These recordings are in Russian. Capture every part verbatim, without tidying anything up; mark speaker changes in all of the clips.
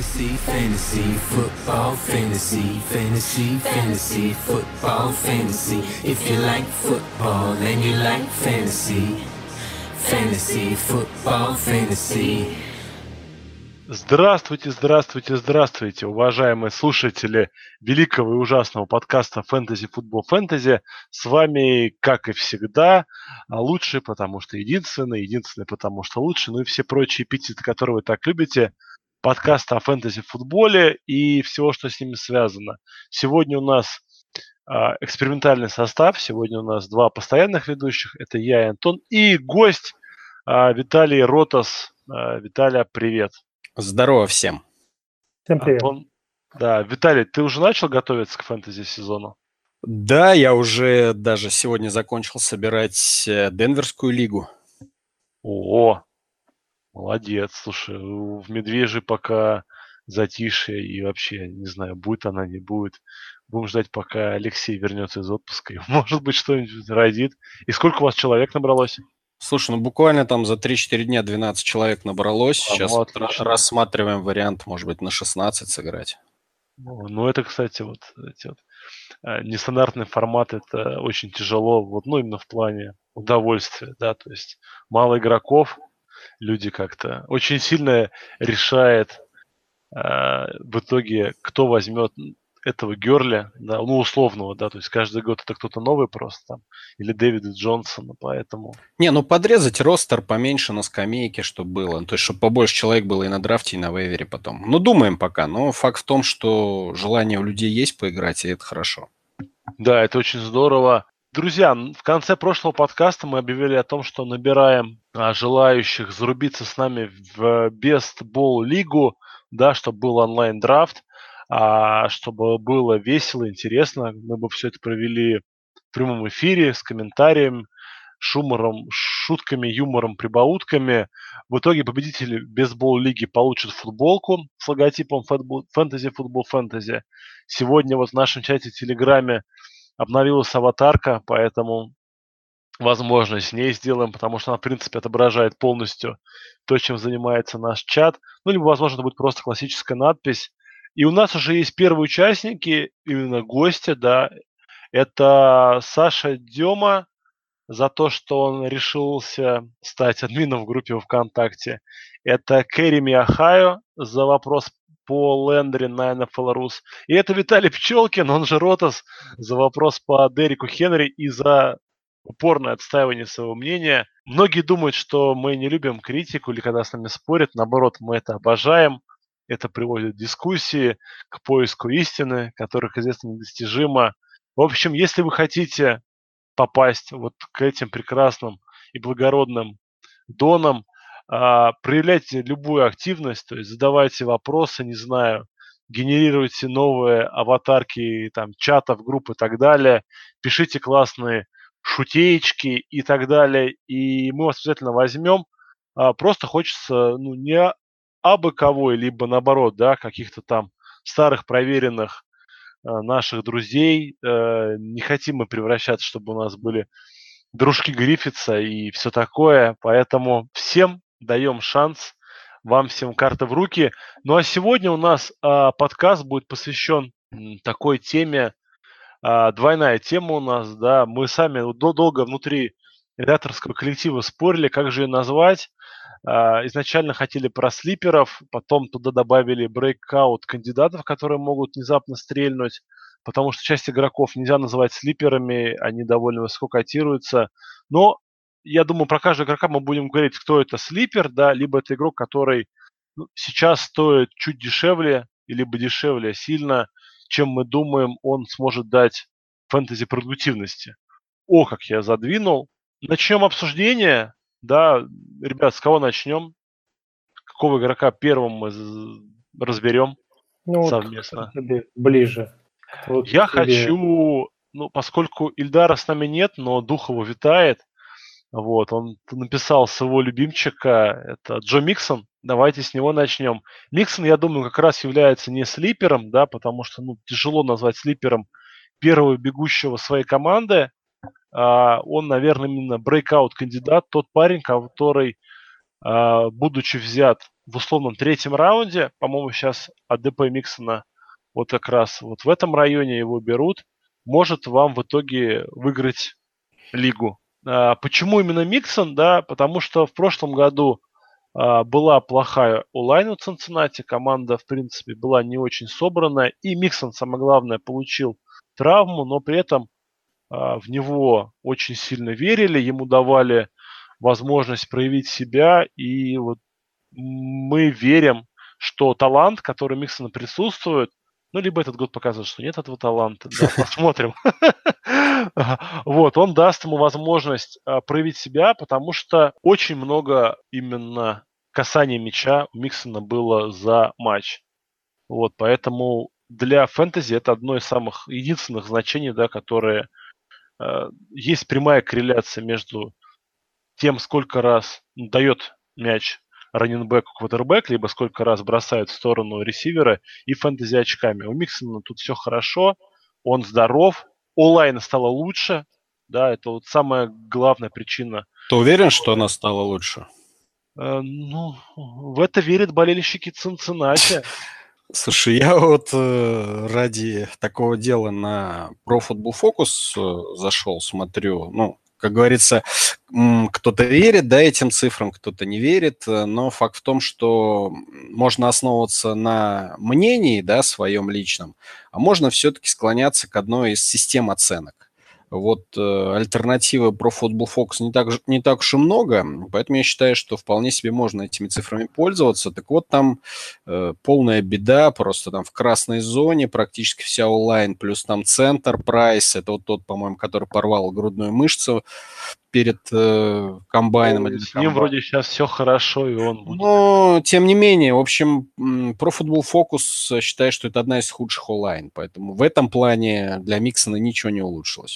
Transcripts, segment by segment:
Speaker 1: Fantasy, fantasy, football, fantasy, fantasy, fantasy, football, fantasy. If you like football and you like fantasy, fantasy, football, fantasy.
Speaker 2: Здравствуйте, здравствуйте, здравствуйте, уважаемые слушатели великого и ужасного подкаста «Фэнтези, футбол, фэнтези». С вами, как и всегда, лучший, потому что единственный, единственный, потому что лучший, ну и все прочие эпитеты, которые вы так любите, подкаст о фэнтези-футболе и всего, что с ними связано. Сегодня у нас а, экспериментальный состав, сегодня у нас два постоянных ведущих, это я и Антон, и гость а, Виталий Ротас. А, Виталя, привет.
Speaker 3: Здорово всем.
Speaker 4: Всем привет.
Speaker 2: Антон, да, Виталий, ты уже начал готовиться к фэнтези-сезону?
Speaker 3: Да, я уже даже сегодня закончил собирать Денверскую лигу.
Speaker 2: О, молодец. Слушай, в Медвежьей пока затишье и вообще, не знаю, будет она, не будет. Будем ждать, пока Алексей вернется из отпуска. И, может быть, что-нибудь родит. И сколько у вас человек набралось?
Speaker 3: Слушай, ну буквально там за три-четыре дня двенадцать человек набралось.
Speaker 2: А,
Speaker 3: Сейчас
Speaker 2: ну,
Speaker 3: вот
Speaker 2: отлично.
Speaker 3: рассматриваем вариант, может быть, на шестнадцать сыграть.
Speaker 2: Ну, ну, это, кстати, вот эти вот а, нестандартный формат, это очень тяжело, вот, ну, именно в плане удовольствия, да, то есть мало игроков, люди как-то очень сильно решает а, в итоге, кто возьмет этого Герли, да, ну, условного, да, то есть каждый год это кто-то новый просто там, или Дэвида Джонсона, поэтому...
Speaker 3: Не, ну подрезать ростер поменьше на скамейке, чтобы было. Ну, то есть, чтобы побольше человек было и на драфте, и на вейвере потом. Ну, думаем пока, но факт в том, что желание у людей есть поиграть, и это хорошо.
Speaker 2: Да, это очень здорово. Друзья, в конце прошлого подкаста мы объявили о том, что набираем а, желающих зарубиться с нами в Best Ball лигу, да, чтобы был онлайн-драфт, а, чтобы было весело, интересно. Мы бы все это провели в прямом эфире с комментарием, шумором, шутками, юмором, прибаутками. В итоге победители бейсбол лиги получат футболку с логотипом Fantasy Football Fantasy. Сегодня вот в нашем чате в Телеграме обновилась аватарка, поэтому, возможно, с ней сделаем, потому что она, в принципе, отображает полностью то, чем занимается наш чат. Ну, либо, возможно, это будет просто классическая надпись. И у нас уже есть первые участники, именно гости, да. Это Саша Дема за то, что он решился стать админом в группе ВКонтакте. Это Кэрри Миахайо за вопрос по Лендри на эн эф эл Рус. И это Виталий Пчелкин, он же Ротас, за вопрос по Дереку Хенри и за упорное отстаивание своего мнения. Многие думают, что мы не любим критику или когда с нами спорят. Наоборот, мы это обожаем. Это приводит к дискуссии, к поиску истины, которых известно недостижимо. В общем, если вы хотите попасть вот к этим прекрасным и благородным донам, а, проявляйте любую активность, то есть задавайте вопросы, не знаю, генерируйте новые аватарки там, чатов, групп и так далее, пишите классные шутеечки и так далее, и мы вас обязательно возьмем. А, просто хочется, ну, не абы кого, либо наоборот, да, каких-то там старых проверенных наших друзей. Не хотим мы превращаться, чтобы у нас были дружки Гриффитса и все такое. Поэтому всем даем шанс, вам всем карта в руки. Ну а сегодня у нас а, подкаст будет посвящен м, такой теме, а, двойная тема у нас, да. Мы сами до- долго внутри редакторского коллектива спорили, как же ее назвать. А, изначально хотели про слиперов, потом туда добавили брейкаут кандидатов, которые могут внезапно стрельнуть, потому что часть игроков нельзя называть слиперами, они довольно высоко котируются. Но я думаю, про каждого игрока мы будем говорить, кто это слипер, да, либо это игрок, который ну, сейчас стоит чуть дешевле, либо дешевле сильно, чем мы думаем, он сможет дать фэнтези продуктивности. О, как я задвинул. Начнем обсуждение. Да, ребят, с кого начнем? Какого игрока первым мы з- разберем
Speaker 4: Ну, вот
Speaker 2: совместно?
Speaker 4: кто тебе ближе? Кто
Speaker 2: Я
Speaker 4: тебе-
Speaker 2: хочу, ну, поскольку Ильдара с нами нет, но дух его витает, вот, он написал своего любимчика, это Джо Миксон, давайте с него начнем. Миксон, я думаю, как раз является не слипером, да, потому что, ну, тяжело назвать слипером первого бегущего своей команды. А, он, наверное, именно брейкаут кандидат, тот парень, который, а, будучи взят в условном третьем раунде, по-моему, сейчас АДП Миксона вот как раз вот в этом районе его берут, может вам в итоге выиграть лигу. А, почему именно Миксон? Да, потому что в прошлом году а, была плохая онлайн у Цинциннати, команда, в принципе, была не очень собранная, и Миксон, самое главное, получил травму, но при этом а, в него очень сильно верили, ему давали возможность проявить себя, и вот мы верим, что талант, который у Миксона присутствует, ну, либо этот год показывает, что нет этого таланта, да, посмотрим. Вот, он даст ему возможность а, проявить себя, потому что очень много именно касаний мяча у Миксона было за матч. Вот, поэтому для фэнтези это одно из самых единственных значений, да, которые э, есть прямая корреляция между тем, сколько раз дает мяч раннинбеку квотербек, либо сколько раз бросает в сторону ресивера и фэнтези очками. У Миксона тут все хорошо, он здоров, онлайн стало лучше, да, это вот самая главная причина.
Speaker 3: Ты уверен, что она стала лучше?
Speaker 2: Э, ну, в это верят болельщики Цинциннати.
Speaker 3: Слушай, я вот э, ради такого дела на Pro Football Focus э, зашел, смотрю. Ну, как говорится, м, кто-то верит, да, этим цифрам, кто-то не верит, э, но факт в том, что можно основываться на мнении, да, своем личном, а можно все-таки склоняться к одной из систем оценок. Вот э, альтернативы Pro Football Focus не так, ж- не так уж и много, поэтому я считаю, что вполне себе можно этими цифрами пользоваться. Так вот, там э, полная беда, просто там в красной зоне практически вся онлайн, плюс там центр, прайс, это вот тот, по-моему, который порвал грудную мышцу перед э, комбайном или
Speaker 2: Ой,
Speaker 3: на
Speaker 2: с ним
Speaker 3: комбайне.
Speaker 2: вроде сейчас все хорошо, и он будет...
Speaker 3: Но, тем не менее, в общем, м, Pro Football Focus считает, что это одна из худших онлайн, поэтому в этом плане для Миксона ничего не улучшилось.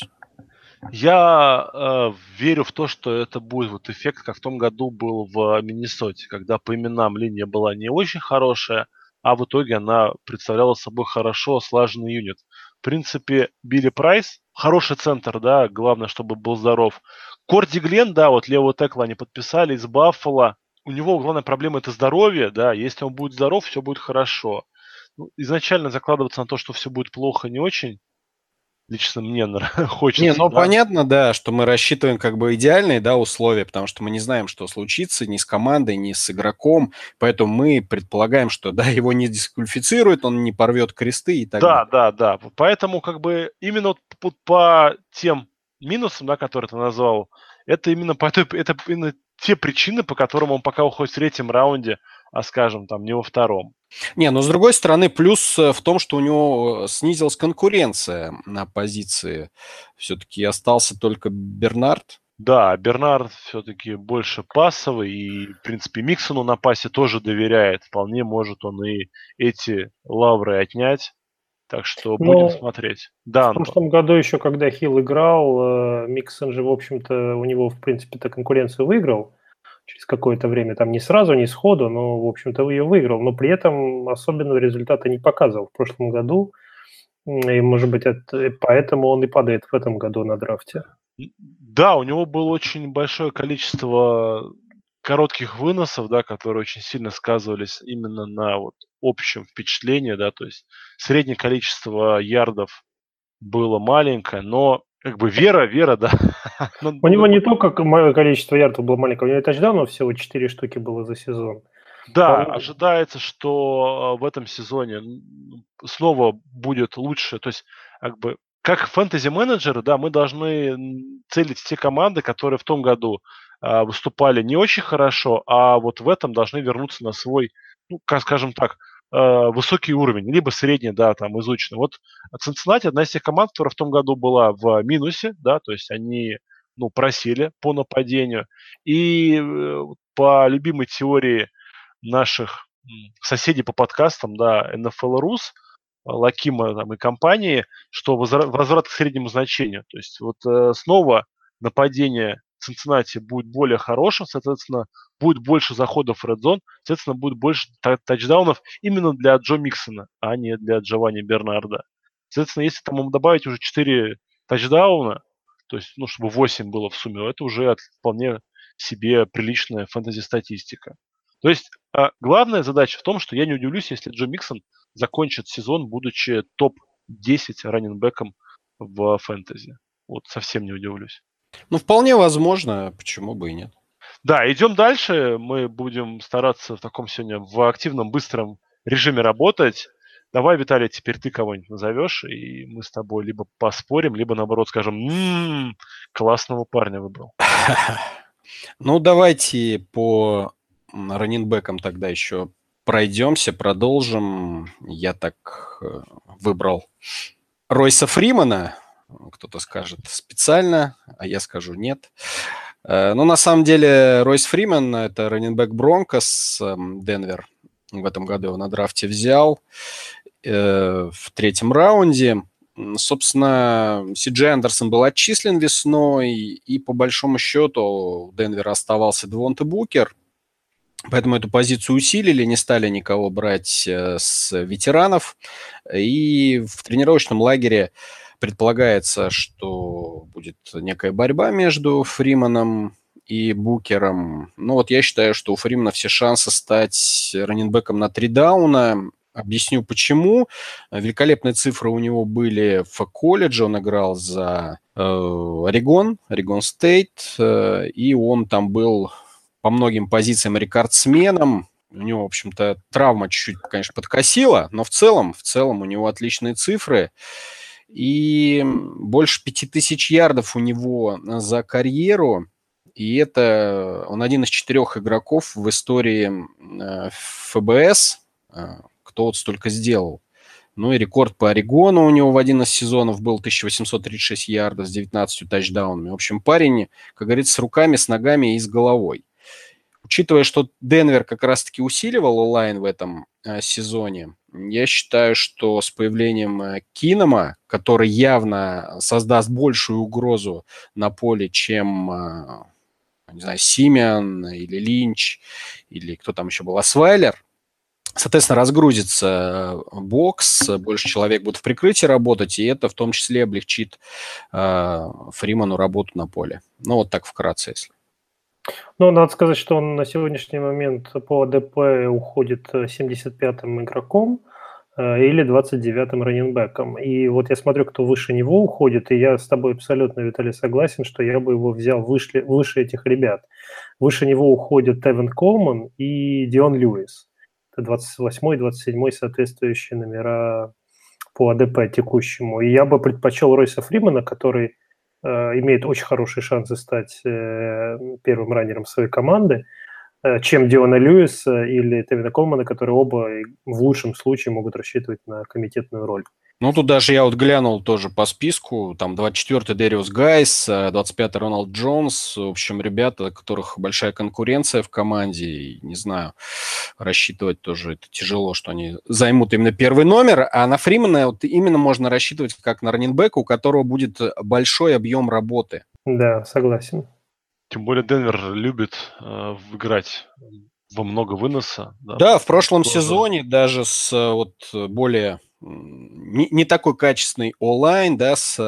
Speaker 2: Я э, верю в то, что это будет вот эффект, как в том году был в Миннесоте, когда по именам линия была не очень хорошая, а в итоге она представляла собой хорошо слаженный юнит. В принципе, Билли Прайс, хороший центр, да, главное, чтобы был здоров. Корди Глен, да, вот левого текла они подписали из Баффало. У него главная проблема – это здоровье, да, если он будет здоров, все будет хорошо. Ну, изначально закладываться на то, что все будет плохо, не очень лично мне нра-
Speaker 3: Не,
Speaker 2: хочется,
Speaker 3: ну
Speaker 2: да.
Speaker 3: понятно, да, что мы рассчитываем как бы идеальные, да, условия, потому что мы не знаем, что случится ни с командой, ни с игроком, поэтому мы предполагаем, что, да, его не дисквалифицируют, он не порвет кресты и так
Speaker 2: Да,
Speaker 3: далее.
Speaker 2: да, да. П- Поэтому как бы именно вот п- по тем минусам, да, которые ты назвал, это именно по той, это именно те причины, по которым он пока уходит в третьем раунде, а скажем, там, не во втором.
Speaker 3: Не, но с другой стороны, плюс э, в том, что у него э, снизилась конкуренция на позиции. Все-таки остался только Бернард.
Speaker 2: Да, Бернард все-таки больше пассовый, и, в принципе, Миксону на пасе тоже доверяет. Вполне может он и эти лавры отнять. Так что будем
Speaker 4: Ну,
Speaker 2: смотреть. Да,
Speaker 4: в
Speaker 2: Антон.
Speaker 4: прошлом году еще, когда Хилл играл, э, Миксон же, в общем-то, у него, в принципе-то, конкуренцию выиграл через какое-то время. Там не сразу, не сходу, но, в общем-то, ее выиграл. Но при этом особенного результата не показывал в прошлом году. М, И, может быть, это, поэтому он и падает в этом году на драфте.
Speaker 2: М, Да, у него было очень большое количество коротких выносов, да, которые очень сильно сказывались именно на вот общем впечатлении, да, то есть среднее количество ярдов было маленькое, но как бы вера, вера, да. Ну,
Speaker 4: У
Speaker 2: ну,
Speaker 4: него
Speaker 2: как
Speaker 4: не
Speaker 2: бы,
Speaker 4: только к- мо- количество ярдов было маленькое, у него и тачдаунов всего четыре штуки было за сезон.
Speaker 2: да,
Speaker 4: Он,
Speaker 2: ожидается, что а, в этом сезоне м, снова будет лучше, то есть как бы как фэнтези-менеджеры, да, мы должны м, целить те команды, которые в том году а, выступали не очень хорошо, а вот в этом должны вернуться на свой, ну, как скажем так, а, высокий уровень, либо средний, да, там, изученный. Вот Цинциннати одна из тех команд, которая в том году была в минусе, да, то есть они, ну, просели по нападению. И э, по любимой теории наших м, соседей по подкастам, да, эн эф эл Рус, Лакима там, и компании, что возра- возврат к среднему значению. То есть вот э, снова нападение Цинциннати будет более хорошим, соответственно, будет больше заходов в Red Zone, соответственно, будет больше та- тачдаунов именно для Джо Миксона, а не для Джованни Бернарда. Соответственно, если там ему добавить уже четыре тачдауна, то есть, ну, чтобы восемь было в сумме, это уже от- вполне себе приличная фэнтези-статистика. То есть а, главная задача в том, что я не удивлюсь, если Джо Миксон закончит сезон, будучи топ десять раннинбеком в фэнтези. Вот совсем не удивлюсь.
Speaker 3: Ну, вполне возможно, почему бы и нет.
Speaker 2: Да, идем дальше. Мы будем стараться в таком сегодня в активном, быстром режиме работать. Давай, Виталий, теперь ты кого-нибудь назовешь, и мы с тобой либо поспорим, либо наоборот скажем, м-м, классного парня выбрал.
Speaker 3: Ну, давайте по раннинбекам тогда еще пройдемся, продолжим. Я так э, выбрал Ройса Фримана. Кто-то скажет специально, а я скажу нет. Э, ну, на самом деле, Ройс Фриман – это раннинбек Бронкос, э, Денвер. В этом году его на драфте взял э, в третьем раунде. Собственно, Си Джей Андерсон был отчислен весной, и по большому счету у Денвера оставался Девонте Букер, поэтому эту позицию усилили, не стали никого брать с ветеранов, и в тренировочном лагере предполагается, что будет некая борьба между Фриманом и Букером. Ну вот я считаю, что у Фримана все шансы стать раннинбеком на три дауна. Объясню почему. Великолепные цифры у него были в колледже. Он играл за э, Орегон, Орегон Стейт, э, и он там был по многим позициям рекордсменом. У него, в общем-то, травма чуть-чуть, конечно, подкосила, но в целом, в целом у него отличные цифры. И больше пяти тысяч ярдов у него за карьеру. И это он один из четырех игроков в истории э, эф бэ эс, э, кто вот столько сделал. Ну и рекорд по Орегону у него в один из сезонов был тысяча восемьсот тридцать шесть ярдов с девятнадцатью тачдаунами. В общем, парень, как говорится, с руками, с ногами и с головой. Учитывая, что Денвер как раз-таки усиливал онлайн в этом э, сезоне, я считаю, что с появлением э, Кинома, который явно создаст большую угрозу на поле, чем, э, не знаю, Симеон или Линч, или кто там еще был, Освайлер, соответственно, разгрузится бокс, больше человек будут в прикрытии работать, и это в том числе облегчит э, Фриману работу на поле. Ну, вот так вкратце, если.
Speaker 4: Ну, надо сказать, что он на сегодняшний момент по АДП уходит семьдесят пятым игроком э, или двадцать девятым раннинбеком. И вот я смотрю, кто выше него уходит, и я с тобой абсолютно, Виталий, согласен, что я бы его взял выше, выше этих ребят. Выше него уходят Тевин Колман и Дион Льюис. Это двадцать восьмой, двадцать седьмой соответствующие номера по АДП текущему. И я бы предпочел Ройса Фримана, который э, имеет очень хорошие шансы стать э, первым раннером своей команды, э, чем Диона Льюиса или Тевина Колмана, которые оба в лучшем случае могут рассчитывать на комитетную роль.
Speaker 3: Ну, тут даже я вот глянул тоже по списку, там двадцать четвёртый Дэриус Гайс, двадцать пятый Роналд Джонс, в общем, ребята, у которых большая конкуренция в команде, и, не знаю, рассчитывать тоже это тяжело, что они займут именно первый номер, а на Фримана вот именно можно рассчитывать как на раннинбека, у которого будет большой объем работы.
Speaker 4: Да, согласен.
Speaker 2: Тем более Денвер любит э, играть во много выноса. Да,
Speaker 3: да, в прошлом
Speaker 2: тоже.
Speaker 3: сезоне даже с вот более... Не, не такой качественный онлайн, да, с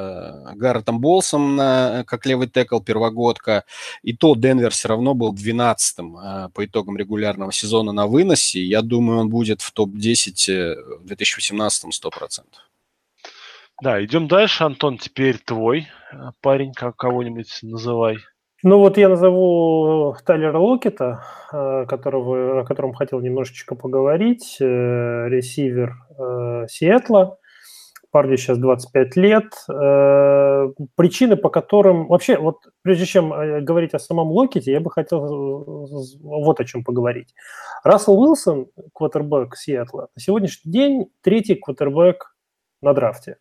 Speaker 3: э, Гарретом Болсом на, как левый текл, первогодка. И то Денвер все равно был двенадцатым э, по итогам регулярного сезона на выносе. Я думаю, он будет в топ десять в две тысячи восемнадцатом сто процентов.
Speaker 2: Да, идем дальше. Антон, теперь твой парень, как кого-нибудь называй.
Speaker 4: Ну вот я назову Тайлера Локета, которого, о котором хотел немножечко поговорить, ресивер Сиэтла. Парню сейчас двадцать пять лет. Причины, по которым... Вообще, вот прежде чем говорить о самом Локете, я бы хотел вот о чем поговорить. Рассел Уилсон, квотербек Сиэтла, на сегодняшний день третий квотербек на драфте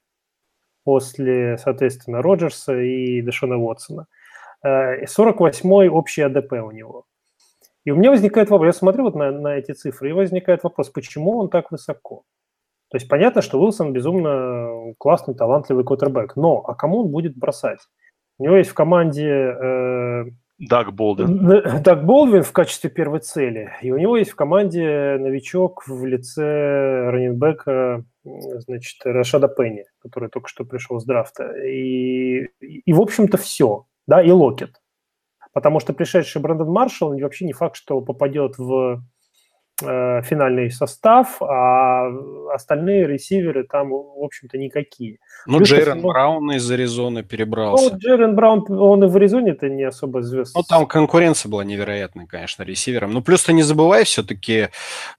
Speaker 4: после, соответственно, Роджерса и Дэшона Уотсона. сорок восьмой общий АДП у него. И у меня возникает вопрос, я смотрю вот на, на эти цифры, и возникает вопрос, почему он так высоко? То есть понятно, что Уилсон безумно классный, талантливый квотербек, но а кому он будет бросать? У него есть в команде э,
Speaker 2: Даг Болдвин.
Speaker 4: Даг Болдвин в качестве первой цели, и у него есть в команде новичок в лице раннинбека, значит, Рашада Пенни, который только что пришел с драфта. И, и в общем-то, все. Да, и Локет. Потому что пришедший Брэндон Маршалл вообще не факт, что попадет в э, финальный состав, а остальные ресиверы там, в общем-то, никакие.
Speaker 3: Ну,
Speaker 4: Плюс ко
Speaker 3: Джейрон
Speaker 4: всему-
Speaker 3: Браун из Аризоны
Speaker 4: Ну,
Speaker 3: перебрался.
Speaker 4: вот Джерен Браун, он и в Аризоне-то не особо звезд.
Speaker 3: Ну, там конкуренция была невероятная, конечно, ресивером. Ну, плюс ты не забывай, все-таки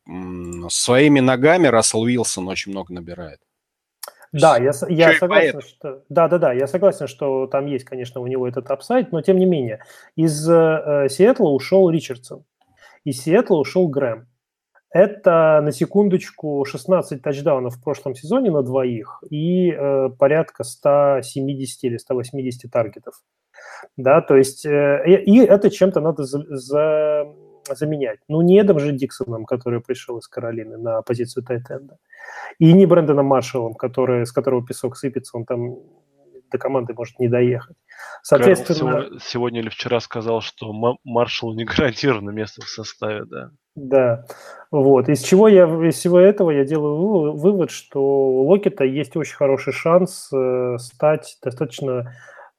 Speaker 3: м, своими ногами Рассел Уилсон очень много набирает.
Speaker 4: Да, я, с- я
Speaker 3: Ещё и
Speaker 4: согласен,
Speaker 3: поэт.
Speaker 4: что... Да, да, да, я согласен, что там есть, конечно, у него этот апсайд, но тем не менее. Из э, Сиэтла ушел Ричардсон, из Сиэтла ушел Грэм. Это, на секундочку, шестнадцать тачдаунов в прошлом сезоне на двоих и э, порядка сто семьдесят или сто восемьдесят таргетов. Да, то есть, э, и, и это чем-то надо за, за- заменять. Ну, не Эдом же Диксоном, который пришел из Каролины на позицию тайтенда, и не Брэндоном Маршаллом, который, с которого песок сыпется, он там до команды может не доехать. Соответственно...
Speaker 2: Карл сегодня, сегодня или вчера сказал, что Ма- Маршаллу не гарантировано место в составе, да.
Speaker 4: Да, вот. Из чего я, из всего этого я делаю вы- вывод, что у Локета есть очень хороший шанс э, стать достаточно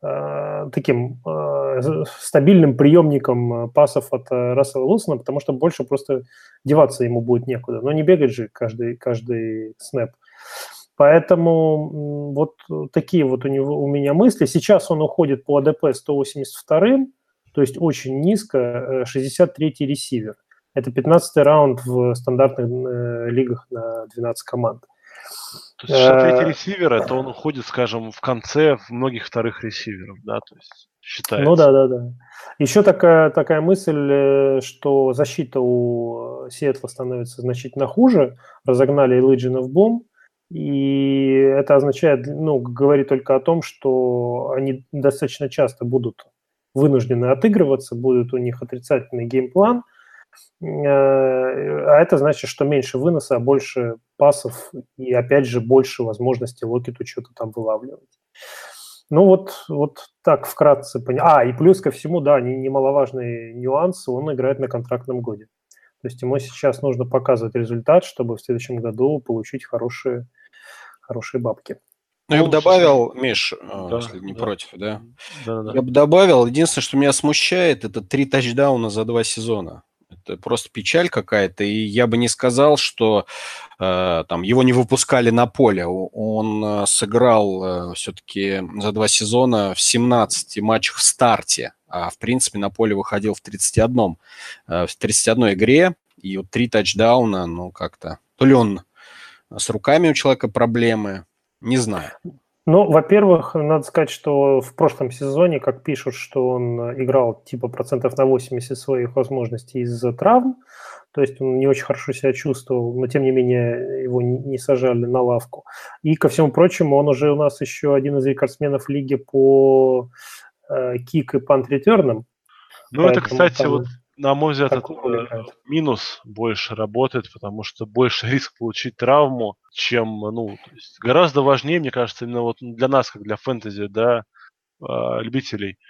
Speaker 4: э, таким э, стабильным приемником э, пасов от э, Рассела Уилсона, потому что больше просто деваться ему будет некуда. Но не бегать же каждый, каждый снэп. Поэтому м, вот такие вот у него у меня мысли. Сейчас он уходит по АДП сто восемьдесят вторым, то есть очень низко, э, шестьдесят третий ресивер. Это пятнадцатый раунд в стандартных э, лигах на двенадцать команд.
Speaker 2: То есть шестьдесят третий
Speaker 4: Э,
Speaker 2: ресивер, это он уходит, скажем, в конце в многих вторых ресиверов, да, то есть считается.
Speaker 4: Ну да, да, да. Еще такая, такая мысль, э, что защита у Сиэтла становится значительно хуже. Разогнали Legion of Boom. И это означает, ну, говорит только о том, что они достаточно часто будут вынуждены отыгрываться, будет у них отрицательный геймплан. А это значит, что меньше выноса, а больше пасов и, опять же, больше возможности Локету что-то там вылавливать. Ну вот, вот так вкратце. Поня... А, и плюс ко всему, да, немаловажный нюанс, он играет на контрактном годе. То есть ему сейчас нужно показывать результат, чтобы в следующем году получить хорошие, хорошие бабки.
Speaker 3: Ну, я бы
Speaker 2: Полностью
Speaker 3: добавил,
Speaker 2: сам-
Speaker 3: Миш,
Speaker 2: Да,
Speaker 3: если не
Speaker 2: да.
Speaker 3: против, да?
Speaker 2: Да, да,
Speaker 3: Я бы добавил, единственное, что меня смущает, это три тачдауна за два сезона. Это просто печаль какая-то, и я бы не сказал, что э, там его не выпускали на поле. О- Он э, сыграл э, все-таки за два сезона в семнадцати матчах в старте, а в принципе на поле выходил в тридцати одном, э, в тридцати одной игре, и вот три тачдауна, ну как-то... То ли он с руками у человека проблемы, не знаю.
Speaker 4: Ну, во-первых, надо сказать, что в прошлом сезоне, как пишут, что он играл типа процентов на восемьдесят своих возможностей из-за травм, то есть он не очень хорошо себя чувствовал, но тем не менее его не сажали на лавку. И, ко всему прочему, он уже у нас еще один из рекордсменов лиги по э, кик и пант-ретернам.
Speaker 2: Ну, это,
Speaker 4: Поэтому
Speaker 2: кстати,
Speaker 4: там
Speaker 2: вот, на мой взгляд, это
Speaker 4: такую роль играет.
Speaker 2: минус больше работает, потому что больше риск получить травму, чем, ну, то есть гораздо важнее, мне кажется, именно вот для нас, как для фэнтези, да, а, любителей,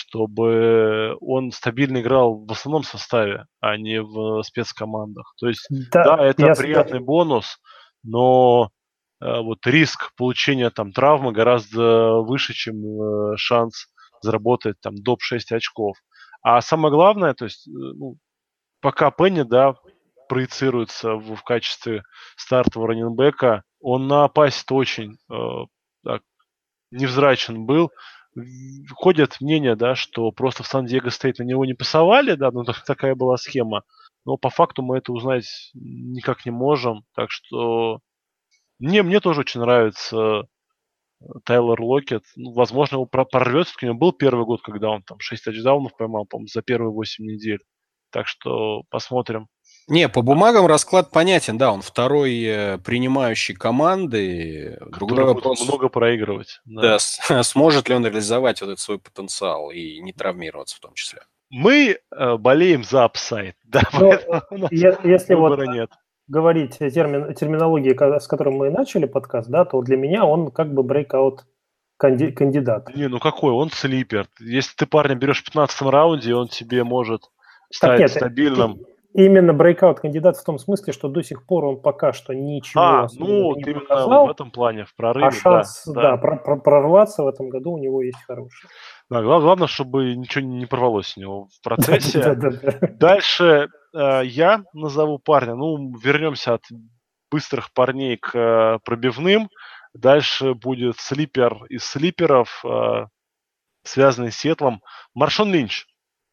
Speaker 2: чтобы он стабильно играл в основном составе, а не в спецкомандах. То есть, да,
Speaker 4: Да,
Speaker 2: это
Speaker 4: я,
Speaker 2: приятный бонус, но э, вот риск получения там травмы гораздо выше, чем э, шанс заработать там доп. шесть очков. А самое главное, то есть, э, ну, пока Пенни, да, проецируется в, в качестве стартового раннинбека, он на пасе-то очень э, так, невзрачен был. В- Ходят мнения, да, что просто в Сан-Диего Стейт на него не пасовали, да, ну так- такая была схема. Но по факту мы это узнать никак не можем. Так что мне, мне тоже очень нравится Тайлер Локет. Ну, возможно, его про- прорвет. Все-таки у него был первый год, когда он там шесть тачдаунов поймал, по-моему, за первые восемь недель. Так что посмотрим.
Speaker 3: Не, по бумагам расклад понятен, да, он второй э, принимающий команды. Другой
Speaker 2: Который будет
Speaker 3: вопрос,
Speaker 2: много проигрывать.
Speaker 3: да, с- сможет ли он реализовать вот этот свой потенциал и не травмироваться в том числе.
Speaker 2: Мы э, болеем за апсайд, да,
Speaker 4: Ну,
Speaker 2: поэтому у нас
Speaker 4: е- если вот
Speaker 2: выбора нет.
Speaker 4: говорить о термин, терминологии, ка- с которой мы начали подкаст, да, то для меня он как бы breakout канди- кандидат.
Speaker 2: Не, ну какой, он слипер. Если ты парня берешь в пятнадцатом раунде, он тебе может
Speaker 4: Так
Speaker 2: стать
Speaker 4: нет,
Speaker 2: стабильным.
Speaker 4: Именно брейкаут кандидат в том смысле, что до сих пор он пока что ничего
Speaker 2: А,
Speaker 4: особенного
Speaker 2: ну, вот
Speaker 4: не
Speaker 2: именно
Speaker 4: показал,
Speaker 2: в этом плане, в
Speaker 4: а
Speaker 2: прорыве, да,
Speaker 4: шанс, да,
Speaker 2: да.
Speaker 4: про- про- прорваться в этом году у него есть хороший.
Speaker 2: Да, гла- главное, чтобы ничего не порвалось у него в процессе.
Speaker 4: Да-да-да.
Speaker 2: Дальше э, я назову парня. Ну, вернемся от быстрых парней к э, пробивным. Дальше будет слипер из слиперов, э, связанный с Сиэтлом. Маршон Линч.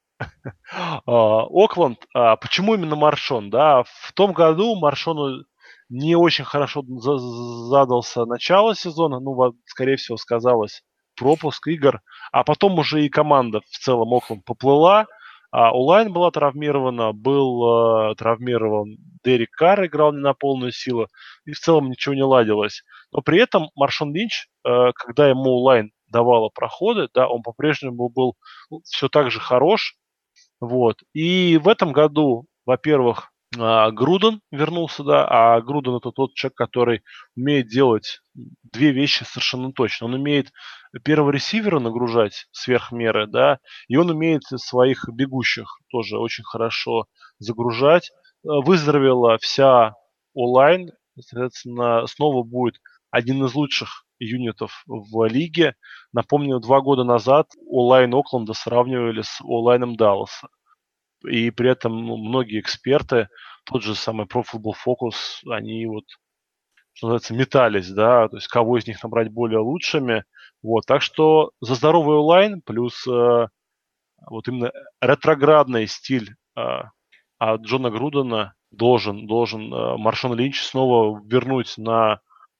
Speaker 2: А, Окленд. А, почему именно Маршон? Да, в том году Маршону не очень хорошо за- задался начало сезона. Ну, вот, скорее всего, сказалось пропуск игр. А потом уже и команда в целом Окленд поплыла. А Улайн была травмирована, был э, травмирован Дерек Карр, играл не на полную силу. И в целом ничего не ладилось. Но при этом Маршон Линч, э, когда ему Улайн давала проходы, да, он по-прежнему был все так же хорош. Вот. И в этом году, во-первых, а, Груден вернулся, да, а Груден это тот человек, который умеет делать две вещи совершенно точно. Он умеет первого ресивера нагружать сверх меры, да, и он умеет своих бегущих тоже очень хорошо загружать. Э, Выздоровела вся онлайн, соответственно, снова будет один из лучших юнитов в лиге. Напомню, два года назад онлайн Окленда сравнивали с онлайном Далласа. И при этом ну, многие эксперты, тот же самый Pro Football Focus, они вот, что называется, метались, да, то есть кого из них набрать более лучшими. Вот, так что за здоровый онлайн плюс э, вот именно ретроградный стиль э, от Джона Грудена должен, должен э, Маршон Линч снова вернуть на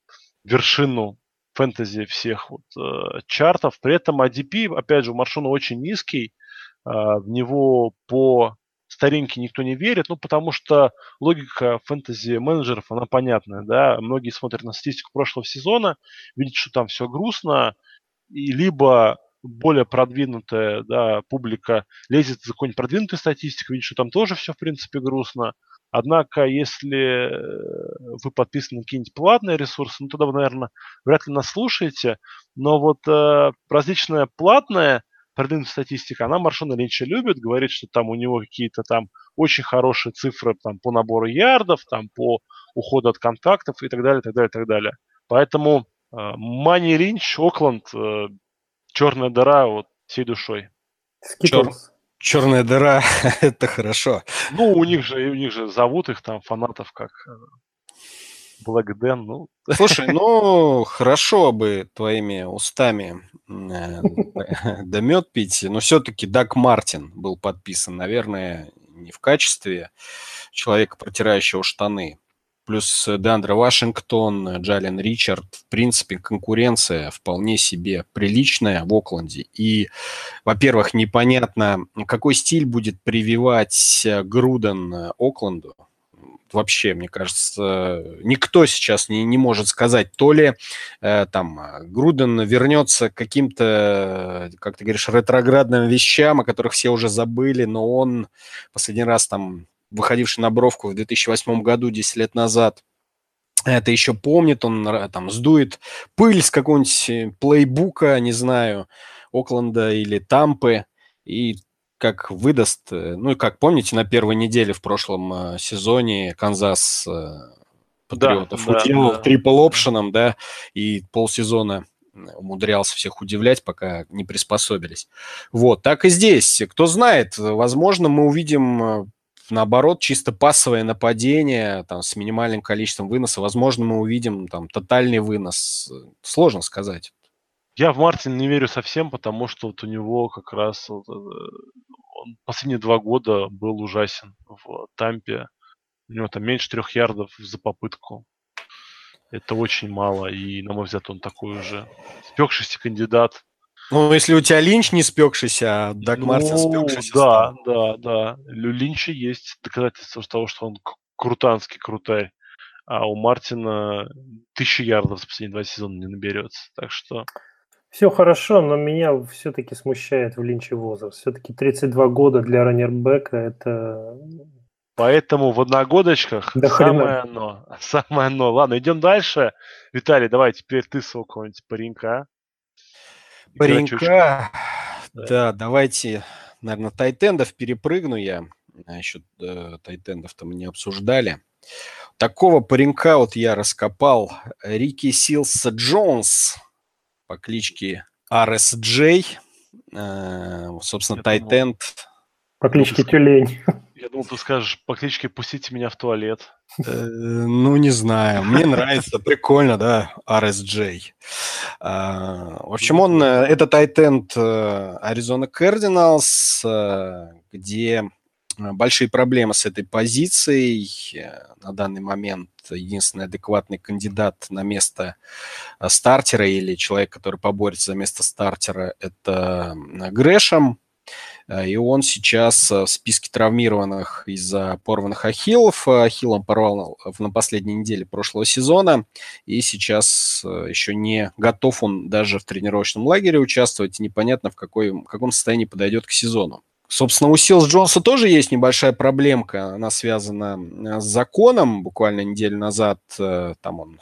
Speaker 2: вершину фэнтези всех вот, э, чартов. При этом эй ди пи, опять же, у Маршона очень низкий, а, в него по старинке никто не верит, ну, потому что логика фэнтези-менеджеров, она понятная, да, многие смотрят на статистику прошлого сезона, видят, что там все грустно, и либо более продвинутая, да, публика лезет за какой-нибудь продвинутой статистикой, видит, что там тоже все, в принципе, грустно. Однако, если э, вы подписаны на какие-нибудь платные ресурсы, ну, тогда вы, наверное, вряд ли нас слушаете. Но вот э, различная платная продвинутая статистика, она Маршона Линча любит, говорит, что там у него какие-то там очень хорошие цифры там, по набору ярдов, там, по уходу от контактов и так далее, так далее, так далее. Поэтому Мани Линч, Окленд, э, черная дыра вот всей душой.
Speaker 3: Чер...
Speaker 4: Скитлс.
Speaker 3: Черная дыра, это хорошо.
Speaker 2: Ну, у них же, у них же зовут их там фанатов как Блэк Дэн, ну.
Speaker 3: Слушай, ну, хорошо бы твоими устами э, да мед пить, но все-таки Даг Мартин был подписан, наверное, не в качестве человека, протирающего штаны. Плюс Деандре Вашингтон, Джален Ричард. В принципе, конкуренция вполне себе приличная в Окленде. И, во-первых, непонятно, какой стиль будет прививать Груден Окленду. Вообще, мне кажется, никто сейчас не, не может сказать, то ли э, там Груден вернется к каким-то, как ты говоришь, ретроградным вещам, о которых все уже забыли, но он последний раз там, выходивший на бровку в две тысячи восьмом году, десять лет назад, это еще помнит, он там сдует пыль с какого-нибудь плейбука, не знаю, Окленда или Тампы, и как выдаст, ну и как помните, на первой неделе в прошлом э, сезоне Канзас э, Патриотов
Speaker 2: да,
Speaker 3: уделал
Speaker 2: да,
Speaker 3: трипл опшеном, да, и полсезона умудрялся всех удивлять, пока не приспособились. Вот, так и здесь. Кто знает, возможно, мы увидим наоборот чисто пассовое нападение там, с минимальным количеством выноса. Возможно, мы увидим там тотальный вынос. Сложно сказать.
Speaker 2: Я в Мартина не верю совсем, потому что вот у него как раз вот, он последние два года был ужасен в Тампе. У него там меньше трех ярдов за попытку. Это очень мало, и, на мой взгляд, он такой уже спекшийся кандидат.
Speaker 3: Ну, если у тебя Линч не спекшийся, а Даг
Speaker 2: ну,
Speaker 3: Мартин спекшийся
Speaker 2: да,
Speaker 3: стал.
Speaker 2: да, да. У Линча есть доказательства того, что он крутанский крутарь. А у Мартина тысячи ярдов за последние два сезона не наберется. Так что...
Speaker 4: Все хорошо, но меня все-таки смущает в Линче возраст. Все-таки тридцать два года для раннербека – это...
Speaker 2: Поэтому в одногодочках
Speaker 4: да
Speaker 2: самое
Speaker 4: хрена.
Speaker 2: оно. Самое оно. Ладно, идем дальше. Виталий, давай теперь ты своего какого-нибудь паренька.
Speaker 3: Паренька.
Speaker 2: Да.
Speaker 3: Да, давайте, наверное, тайтендов перепрыгну я. А еще э, тайтендов-то мы не обсуждали. Такого паренька вот я раскопал. Рики Силс Джонс по кличке ар эс джей. Э, собственно, тайтенд.
Speaker 4: По кличке Тюлень.
Speaker 2: Я думал, ты скажешь по кличке «Пустите меня в туалет».
Speaker 3: Э, ну, не знаю. Мне нравится. Прикольно, да, ар эс джей. В общем, он, это тайтенд Arizona Cardinals, где большие проблемы с этой позицией. На данный момент единственный адекватный кандидат на место стартера или человек, который поборется за место стартера, это Грэшем. И он сейчас в списке травмированных из-за порванных ахиллов. Ахилл он порвал на последней неделе прошлого сезона. И сейчас еще не готов он даже в тренировочном лагере участвовать. Непонятно, в, какой, в каком состоянии подойдет к сезону. Собственно, у Силс Джонса тоже есть небольшая проблемка. Она связана с законом. Буквально неделю назад там он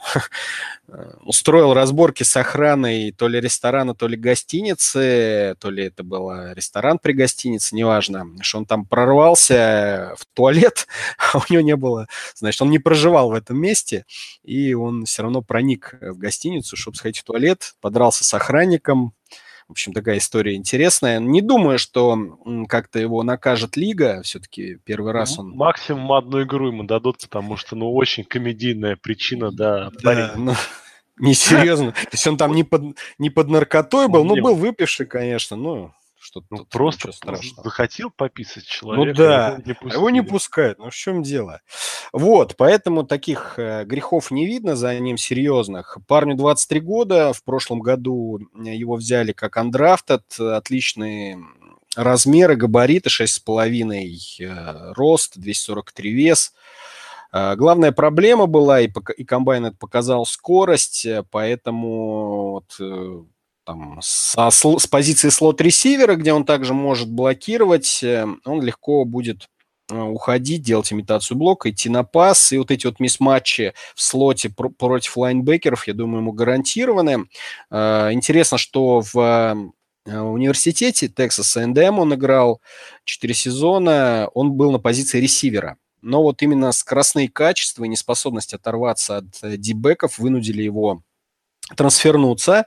Speaker 3: устроил разборки с охраной то ли ресторана, то ли гостиницы, то ли это был ресторан при гостинице, неважно, что он там прорвался в туалет, а у него не было, значит, он не проживал в этом месте, и он все равно проник в гостиницу, чтобы сходить в туалет, подрался с охранником. В общем, такая история интересная. Не думаю, что как-то его накажет лига. Все-таки первый раз он...
Speaker 2: Максимум одну игру ему дадут, потому что, ну, очень комедийная причина, да.
Speaker 3: Да, ну, несерьезно. То есть он там не под, не под наркотой был, ну, был выпивший, конечно, но что-то
Speaker 2: ну, просто захотел пописать человека.
Speaker 3: Ну да, его, его не пускают, ну в чем дело? Вот, поэтому таких э, грехов не видно за ним серьезных. Парню двадцать три года, в прошлом году его взяли как андрафтед, отличные размеры, габариты, шесть с половиной э, рост, двести сорок три вес. Э, главная проблема была, и, и комбайн это показал, скорость, поэтому вот, э, там, со, с позиции слот-ресивера, где он также может блокировать, он легко будет уходить, делать имитацию блока, идти на пас. И вот эти вот мисс-матчи в слоте пр- против лайнбекеров, я думаю, ему гарантированы. Интересно, что в университете Texas эй энд эм он играл четыре сезона, он был на позиции ресивера. Но вот именно скоростные качества и неспособность оторваться от дибеков вынудили его трансфернуться,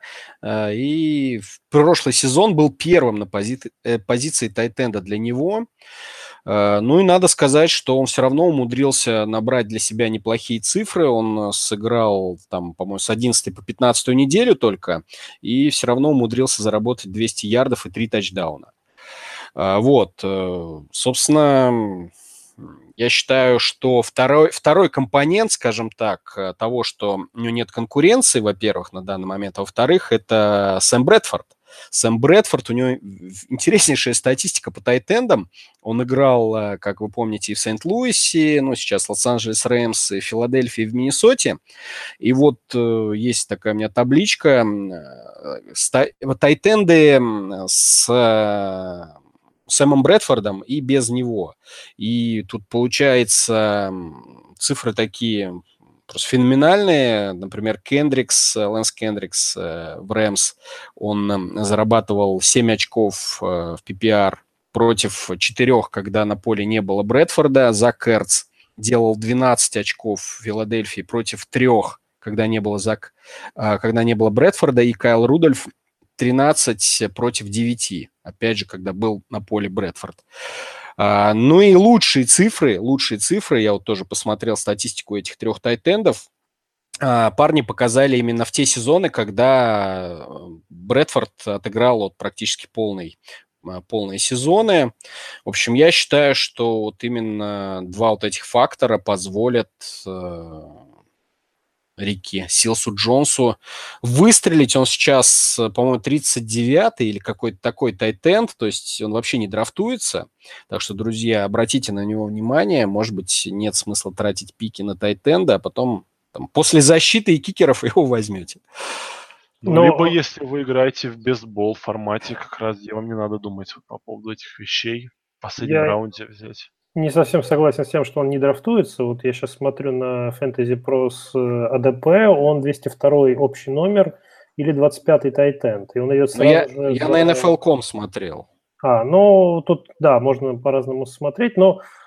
Speaker 3: и в прошлый сезон был первым на пози- позиции тайтенда для него. Ну и надо сказать, что он все равно умудрился набрать для себя неплохие цифры. Он сыграл, там, по-моему, с одиннадцатой по пятнадцатую неделю только, и все равно умудрился заработать двести ярдов и три тачдауна. Вот, собственно... Я считаю, что второй, второй компонент, скажем так, того, что у него нет конкуренции, во-первых, на данный момент, а во-вторых, это Сэм Брэдфорд. Сэм Брэдфорд, у него интереснейшая статистика по тайтендам. Он играл, как вы помните, и в Сент-Луисе, ну, сейчас Лос-Анджелес Рэмс, и в Филадельфии, и в Миннесоте. И вот э, есть такая у меня табличка. Ста- тайтенды с... Сэмом Брэдфордом и без него. И тут получается цифры такие просто феноменальные. Например, Кендрикс, Лэнс Кендрикс в Рэмс, он зарабатывал семь очков в пи пи ар против четырех, когда на поле не было Брэдфорда. Зак Эрц делал двенадцать очков в Филадельфии против трех, когда не было Зак, когда не было Брэдфорда, и Кайл Рудольф тринадцать против девяти, опять же, когда был на поле Брэдфорд. А, ну и лучшие цифры, лучшие цифры, я вот тоже посмотрел статистику этих трех тайтендов, а, парни показали именно в те сезоны, когда Брэдфорд отыграл вот практически полный, полные сезоны. В общем, я считаю, что вот именно два вот этих фактора позволят... Рики Силсу Джонсу выстрелить. Он сейчас, по-моему, тридцать девятый или какой-то такой тайтенд, то есть он вообще не драфтуется. Так что, друзья, обратите на него внимание. Может быть, нет смысла тратить пики на тайтенда, а потом там, после защиты и кикеров его возьмете.
Speaker 2: Ну, Но... Либо если вы играете в бейсбол формате, как раз где вам не надо думать вот по поводу этих вещей. В последнем Я... раунде взять.
Speaker 4: Не совсем согласен с тем, что он не драфтуется. Вот я сейчас смотрю на Fantasy Pro с эй ди пи, он двести второй общий номер или двадцать пятый тайтенд. И он идет сразу
Speaker 3: я,
Speaker 4: же...
Speaker 3: Я за... на эн эф эл точка ком смотрел.
Speaker 4: А, ну, тут, да, можно по-разному смотреть, но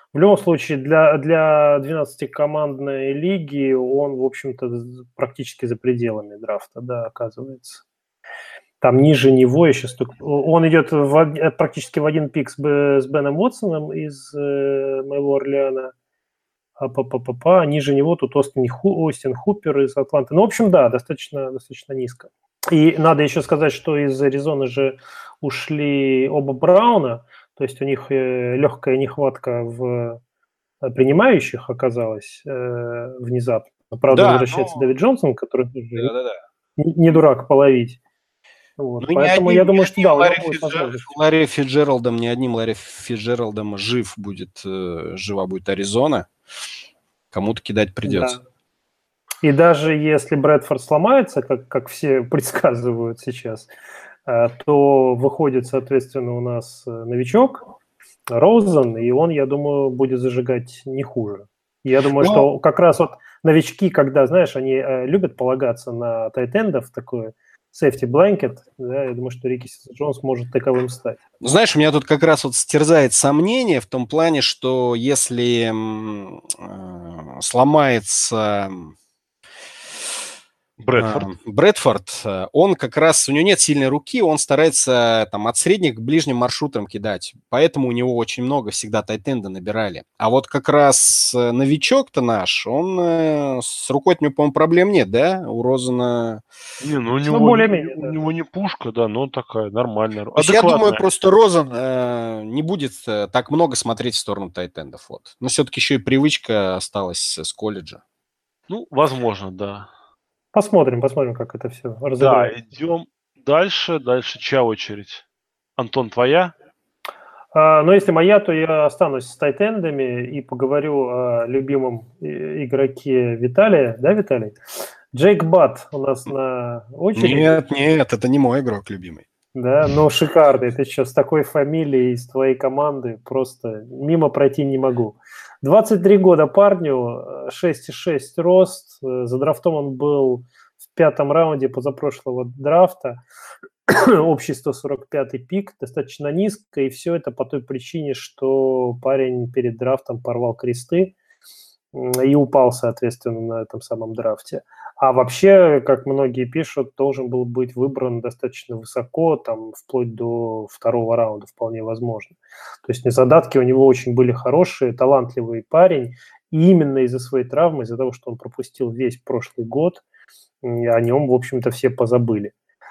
Speaker 4: В любом случае, для, для двенадцатикомандной лиги он, в общем-то, практически за пределами драфта, да, оказывается. Там ниже него еще столько... Он идет в, практически в один пик с, с Беном Уотсоном из э, моего Орлеана. А па -па -па -па. Ниже него тут Остин, Ху, Остин Хупер из Атланты. Ну, в общем, да, достаточно, достаточно низко. И надо еще сказать, что из Аризоны же ушли оба Брауна. То есть у них легкая нехватка в принимающих оказалась э, внезапно. Правда, да, возвращается но... Дэвид Джонсон, который да, да, да. Не, не дурак половить. Вот. Ну, Поэтому одним, я думаю, что да,
Speaker 3: Ларри, Фиджер... Ларри Фиджералдом, не одним Ларри Фиджералдом жив будет, э, жива будет Аризона. Кому-то кидать придется.
Speaker 4: Да. И даже если Брэдфорд сломается, как, как все предсказывают сейчас, э, то выходит, соответственно, у нас новичок Роузен, и он, я думаю, будет зажигать не хуже. Я думаю, Но... что как раз вот новички, когда, знаешь, они э, любят полагаться на тайтендов, такое safety blanket, да, я думаю, что Рики Джонс может таковым стать.
Speaker 3: Ну, знаешь, у меня тут как раз вот стерзает сомнение в том плане, что если э, сломается...
Speaker 2: Брэдфорд.
Speaker 3: Брэдфорд, он как раз, у него нет сильной руки, он старается там от средних к ближним маршрутам кидать, поэтому у него очень много всегда тайтенда набирали. А вот как раз новичок-то наш, он с рукой, у него, по-моему, проблем нет, да? У Розена...
Speaker 2: Не, ну у него, ну, более-менее, у, да. у него не пушка, да, но такая нормальная.
Speaker 3: Я думаю, просто Розен э, не будет так много смотреть в сторону тайтендов. Вот. Но все-таки еще и привычка осталась с колледжа.
Speaker 2: Ну, возможно, да.
Speaker 4: Посмотрим, посмотрим, как это все разыграется.
Speaker 2: Да, идем дальше. Дальше чья очередь? Антон, твоя?
Speaker 4: А, но если моя, то я останусь с тайтендами и поговорю о любимом игроке Виталия. Да, Виталий? Джейк Бат у нас на очереди.
Speaker 3: Нет, нет, это не мой игрок любимый.
Speaker 4: Да, но шикарный. Ты что, с такой фамилией, из твоей команды просто мимо пройти не могу. двадцать три года парню, шесть и шесть рост. За драфтом он был в пятом раунде позапрошлого драфта. Общий сто сорок пятый пик, достаточно низко. И все это по той причине, что парень перед драфтом порвал кресты и упал, соответственно, на этом самом драфте. А вообще, как многие пишут, должен был быть выбран достаточно высоко, там, вплоть до второго раунда, вполне возможно. То есть задатки у него очень были хорошие, талантливый парень. И именно из-за своей травмы, из-за того, что он пропустил весь прошлый год, о нем, в общем-то, все позабыли.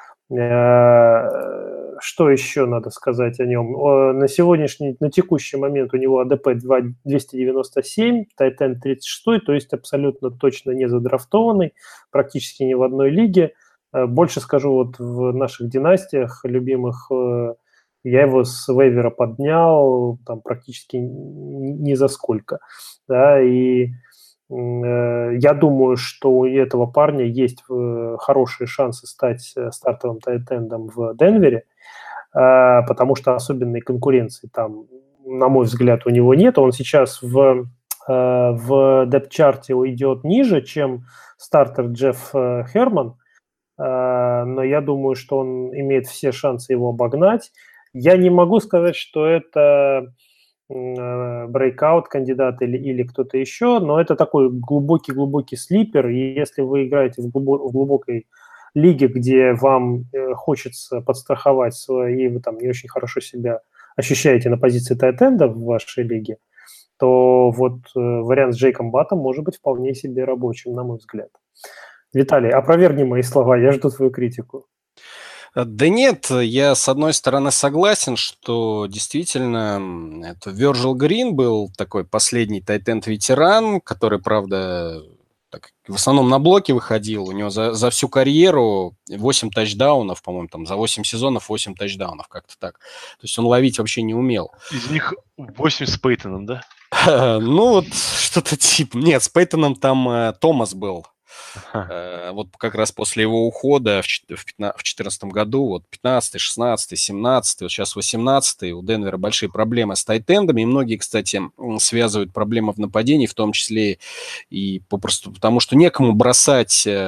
Speaker 4: Что еще надо сказать о нем? На сегодняшний, на текущий момент у него АДП двести девяносто семь, тайтенд тридцать шесть, то есть абсолютно точно не задрафтованный, практически ни в одной лиге. Больше скажу, вот в наших династиях любимых, я его с вейвера поднял там практически ни за сколько. Да, и я думаю, что у этого парня есть хорошие шансы стать стартовым тайтендом в Денвере, потому что особенной конкуренции там, на мой взгляд, у него нет. Он сейчас в, в депт-чарте идет ниже, чем стартер Джефф Херман, но я думаю, что он имеет все шансы его обогнать. Я не могу сказать, что это брейкаут кандидат или, или кто-то еще, но это такой глубокий-глубокий слипер, и если вы играете в, глубо- в глубокой лиге, где вам э, хочется подстраховать свои, и вы там не очень хорошо себя ощущаете на позиции тайтенда в вашей лиге, то вот э, вариант с Джейком Баттом может быть вполне себе рабочим, на мой взгляд. Виталий, опровергни мои слова, я жду твою критику.
Speaker 3: Да нет, я с одной стороны согласен, что действительно это Virgil Green был такой последний тайтенд-ветеран, который, правда, так, в основном на блоке выходил. У него за, за всю карьеру восемь тачдаунов, по-моему, там за восемь сезонов восемь тачдаунов, как-то так. То есть он ловить вообще не умел.
Speaker 2: Из них восемь с Пейтоном, да?
Speaker 3: Ну вот что-то типа... Нет, с Пейтоном там э, Томас был. Ага. Вот как раз после его ухода в две тысячи четырнадцатом году, вот пятнадцатый, шестнадцатый, семнадцатый, вот сейчас восемнадцатый, у Денвера большие проблемы с тайтендами, и многие, кстати, связывают проблемы в нападении, в том числе и попросту потому, что некому бросать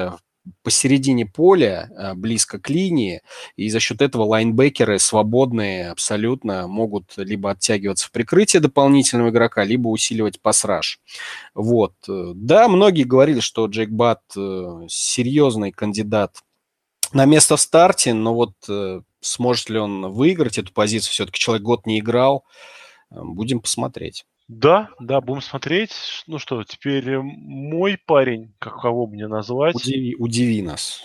Speaker 3: посередине поля, близко к линии, и за счет этого лайнбекеры свободные абсолютно могут либо оттягиваться в прикрытие дополнительного игрока, либо усиливать пас-раш. Вот. Да, многие говорили, что Джейк Батт серьезный кандидат на место в старте, но вот сможет ли он выиграть эту позицию, все-таки человек год не играл, будем посмотреть.
Speaker 2: Да, да, будем смотреть. Ну что, теперь мой парень, как кого мне назвать?
Speaker 3: Удиви, удиви нас.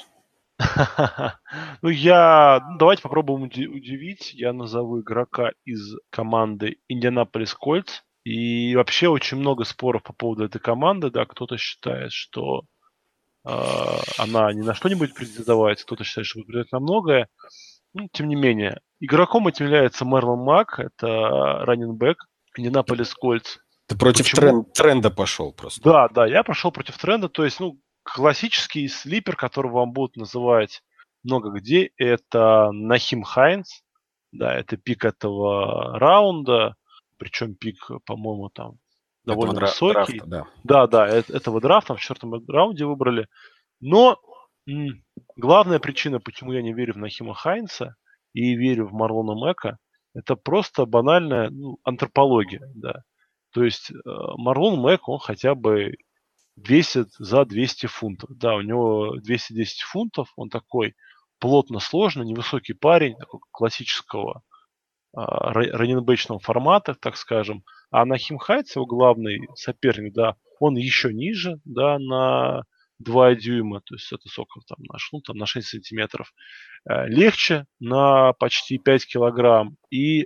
Speaker 2: Ну, я... Давайте попробуем удивить. Я назову игрока из команды Индианаполис Кольтс. И вообще очень много споров по поводу этой команды. Да, кто-то считает, что э, она ни на что не будет претендовать, кто-то считает, что будет претендовать на многое. Ну, тем не менее, игроком этим является Мерлон Мак. Это раннинбэк Индианаполис Кольтс.
Speaker 3: Ты против трен- тренда пошел просто.
Speaker 2: Да, да, я пошел против тренда. То есть, ну, классический слипер, который вам будут называть много где, это Нахим Хайнс. Да, это пик этого раунда. Причем пик, по-моему, там довольно
Speaker 3: этого
Speaker 2: высокий.
Speaker 3: Драфта, да.
Speaker 2: Да, да, это, этого драфта в четвертом раунде выбрали. Но м- главная причина, почему я не верю в Нахима Хайнса и верю в Марлона Мэка, это просто банальная ну, антропология, да. То есть э, Марлон Мэг, он хотя бы весит за двести фунтов. Да, у него двести десять фунтов, он такой плотно сложный, невысокий парень, такого классического э, раннинбэчного формата, так скажем. А Нахим Хайнс, его главный соперник, да, он еще ниже, да, на два дюйма, то есть это сколько там наш, ну, там на шесть сантиметров. Э, легче на почти пять килограмм. И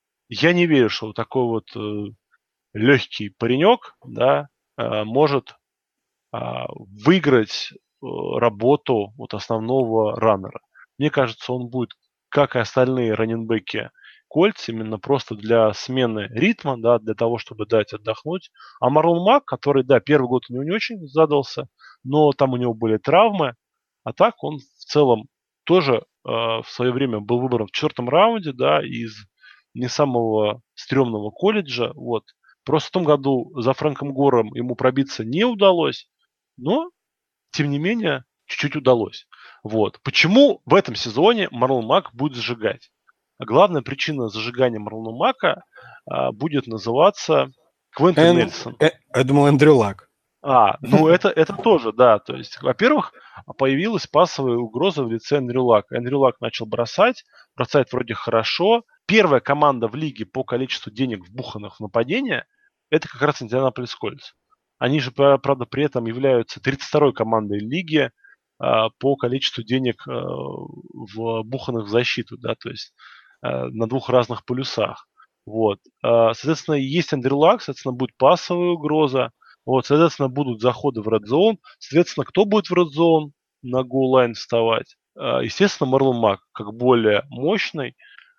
Speaker 2: я не верю, что вот такой вот э, легкий паренек, да, э, может э, выиграть э, работу вот основного раннера. Мне кажется, он будет, как и остальные раннинбеки Кольц, именно просто для смены ритма, да, для того, чтобы дать отдохнуть. А Марлон Мак, который, да, первый год у него не очень задался, но там у него были травмы, а так он в целом тоже э, в свое время был выбран в четвертом раунде, да, из не самого стрёмного колледжа, вот. Просто в том году за Фрэнком Гором ему пробиться не удалось, но, тем не менее, чуть-чуть удалось. Вот. Почему в этом сезоне Марлон Мак будет зажигать? А главная причина зажигания Марлона Мака а, будет называться Квентин
Speaker 3: Эн...
Speaker 2: Нельсон.
Speaker 3: Э, я думал, Эндрю Лак.
Speaker 2: А, ну это, это тоже, да. То есть, во-первых, появилась пассовая угроза в лице Эндрю Лака. Эндрю Лак начал бросать, бросает вроде хорошо. Первая команда в лиге по количеству денег, вбуханных в нападение, это как раз Индианаполис Кольтс. Они же, правда, при этом являются тридцать второй командой лиги а, по количеству денег а, вбуханных в защиту, да, то есть а, на двух разных полюсах. Вот. А, соответственно, есть Эндрю Лак, соответственно, будет пассовая угроза. Вот, соответственно, будут заходы в Red Zone. Соответственно, кто будет в Red Zone на goal line вставать? Естественно, Марлон Мак, как более мощный,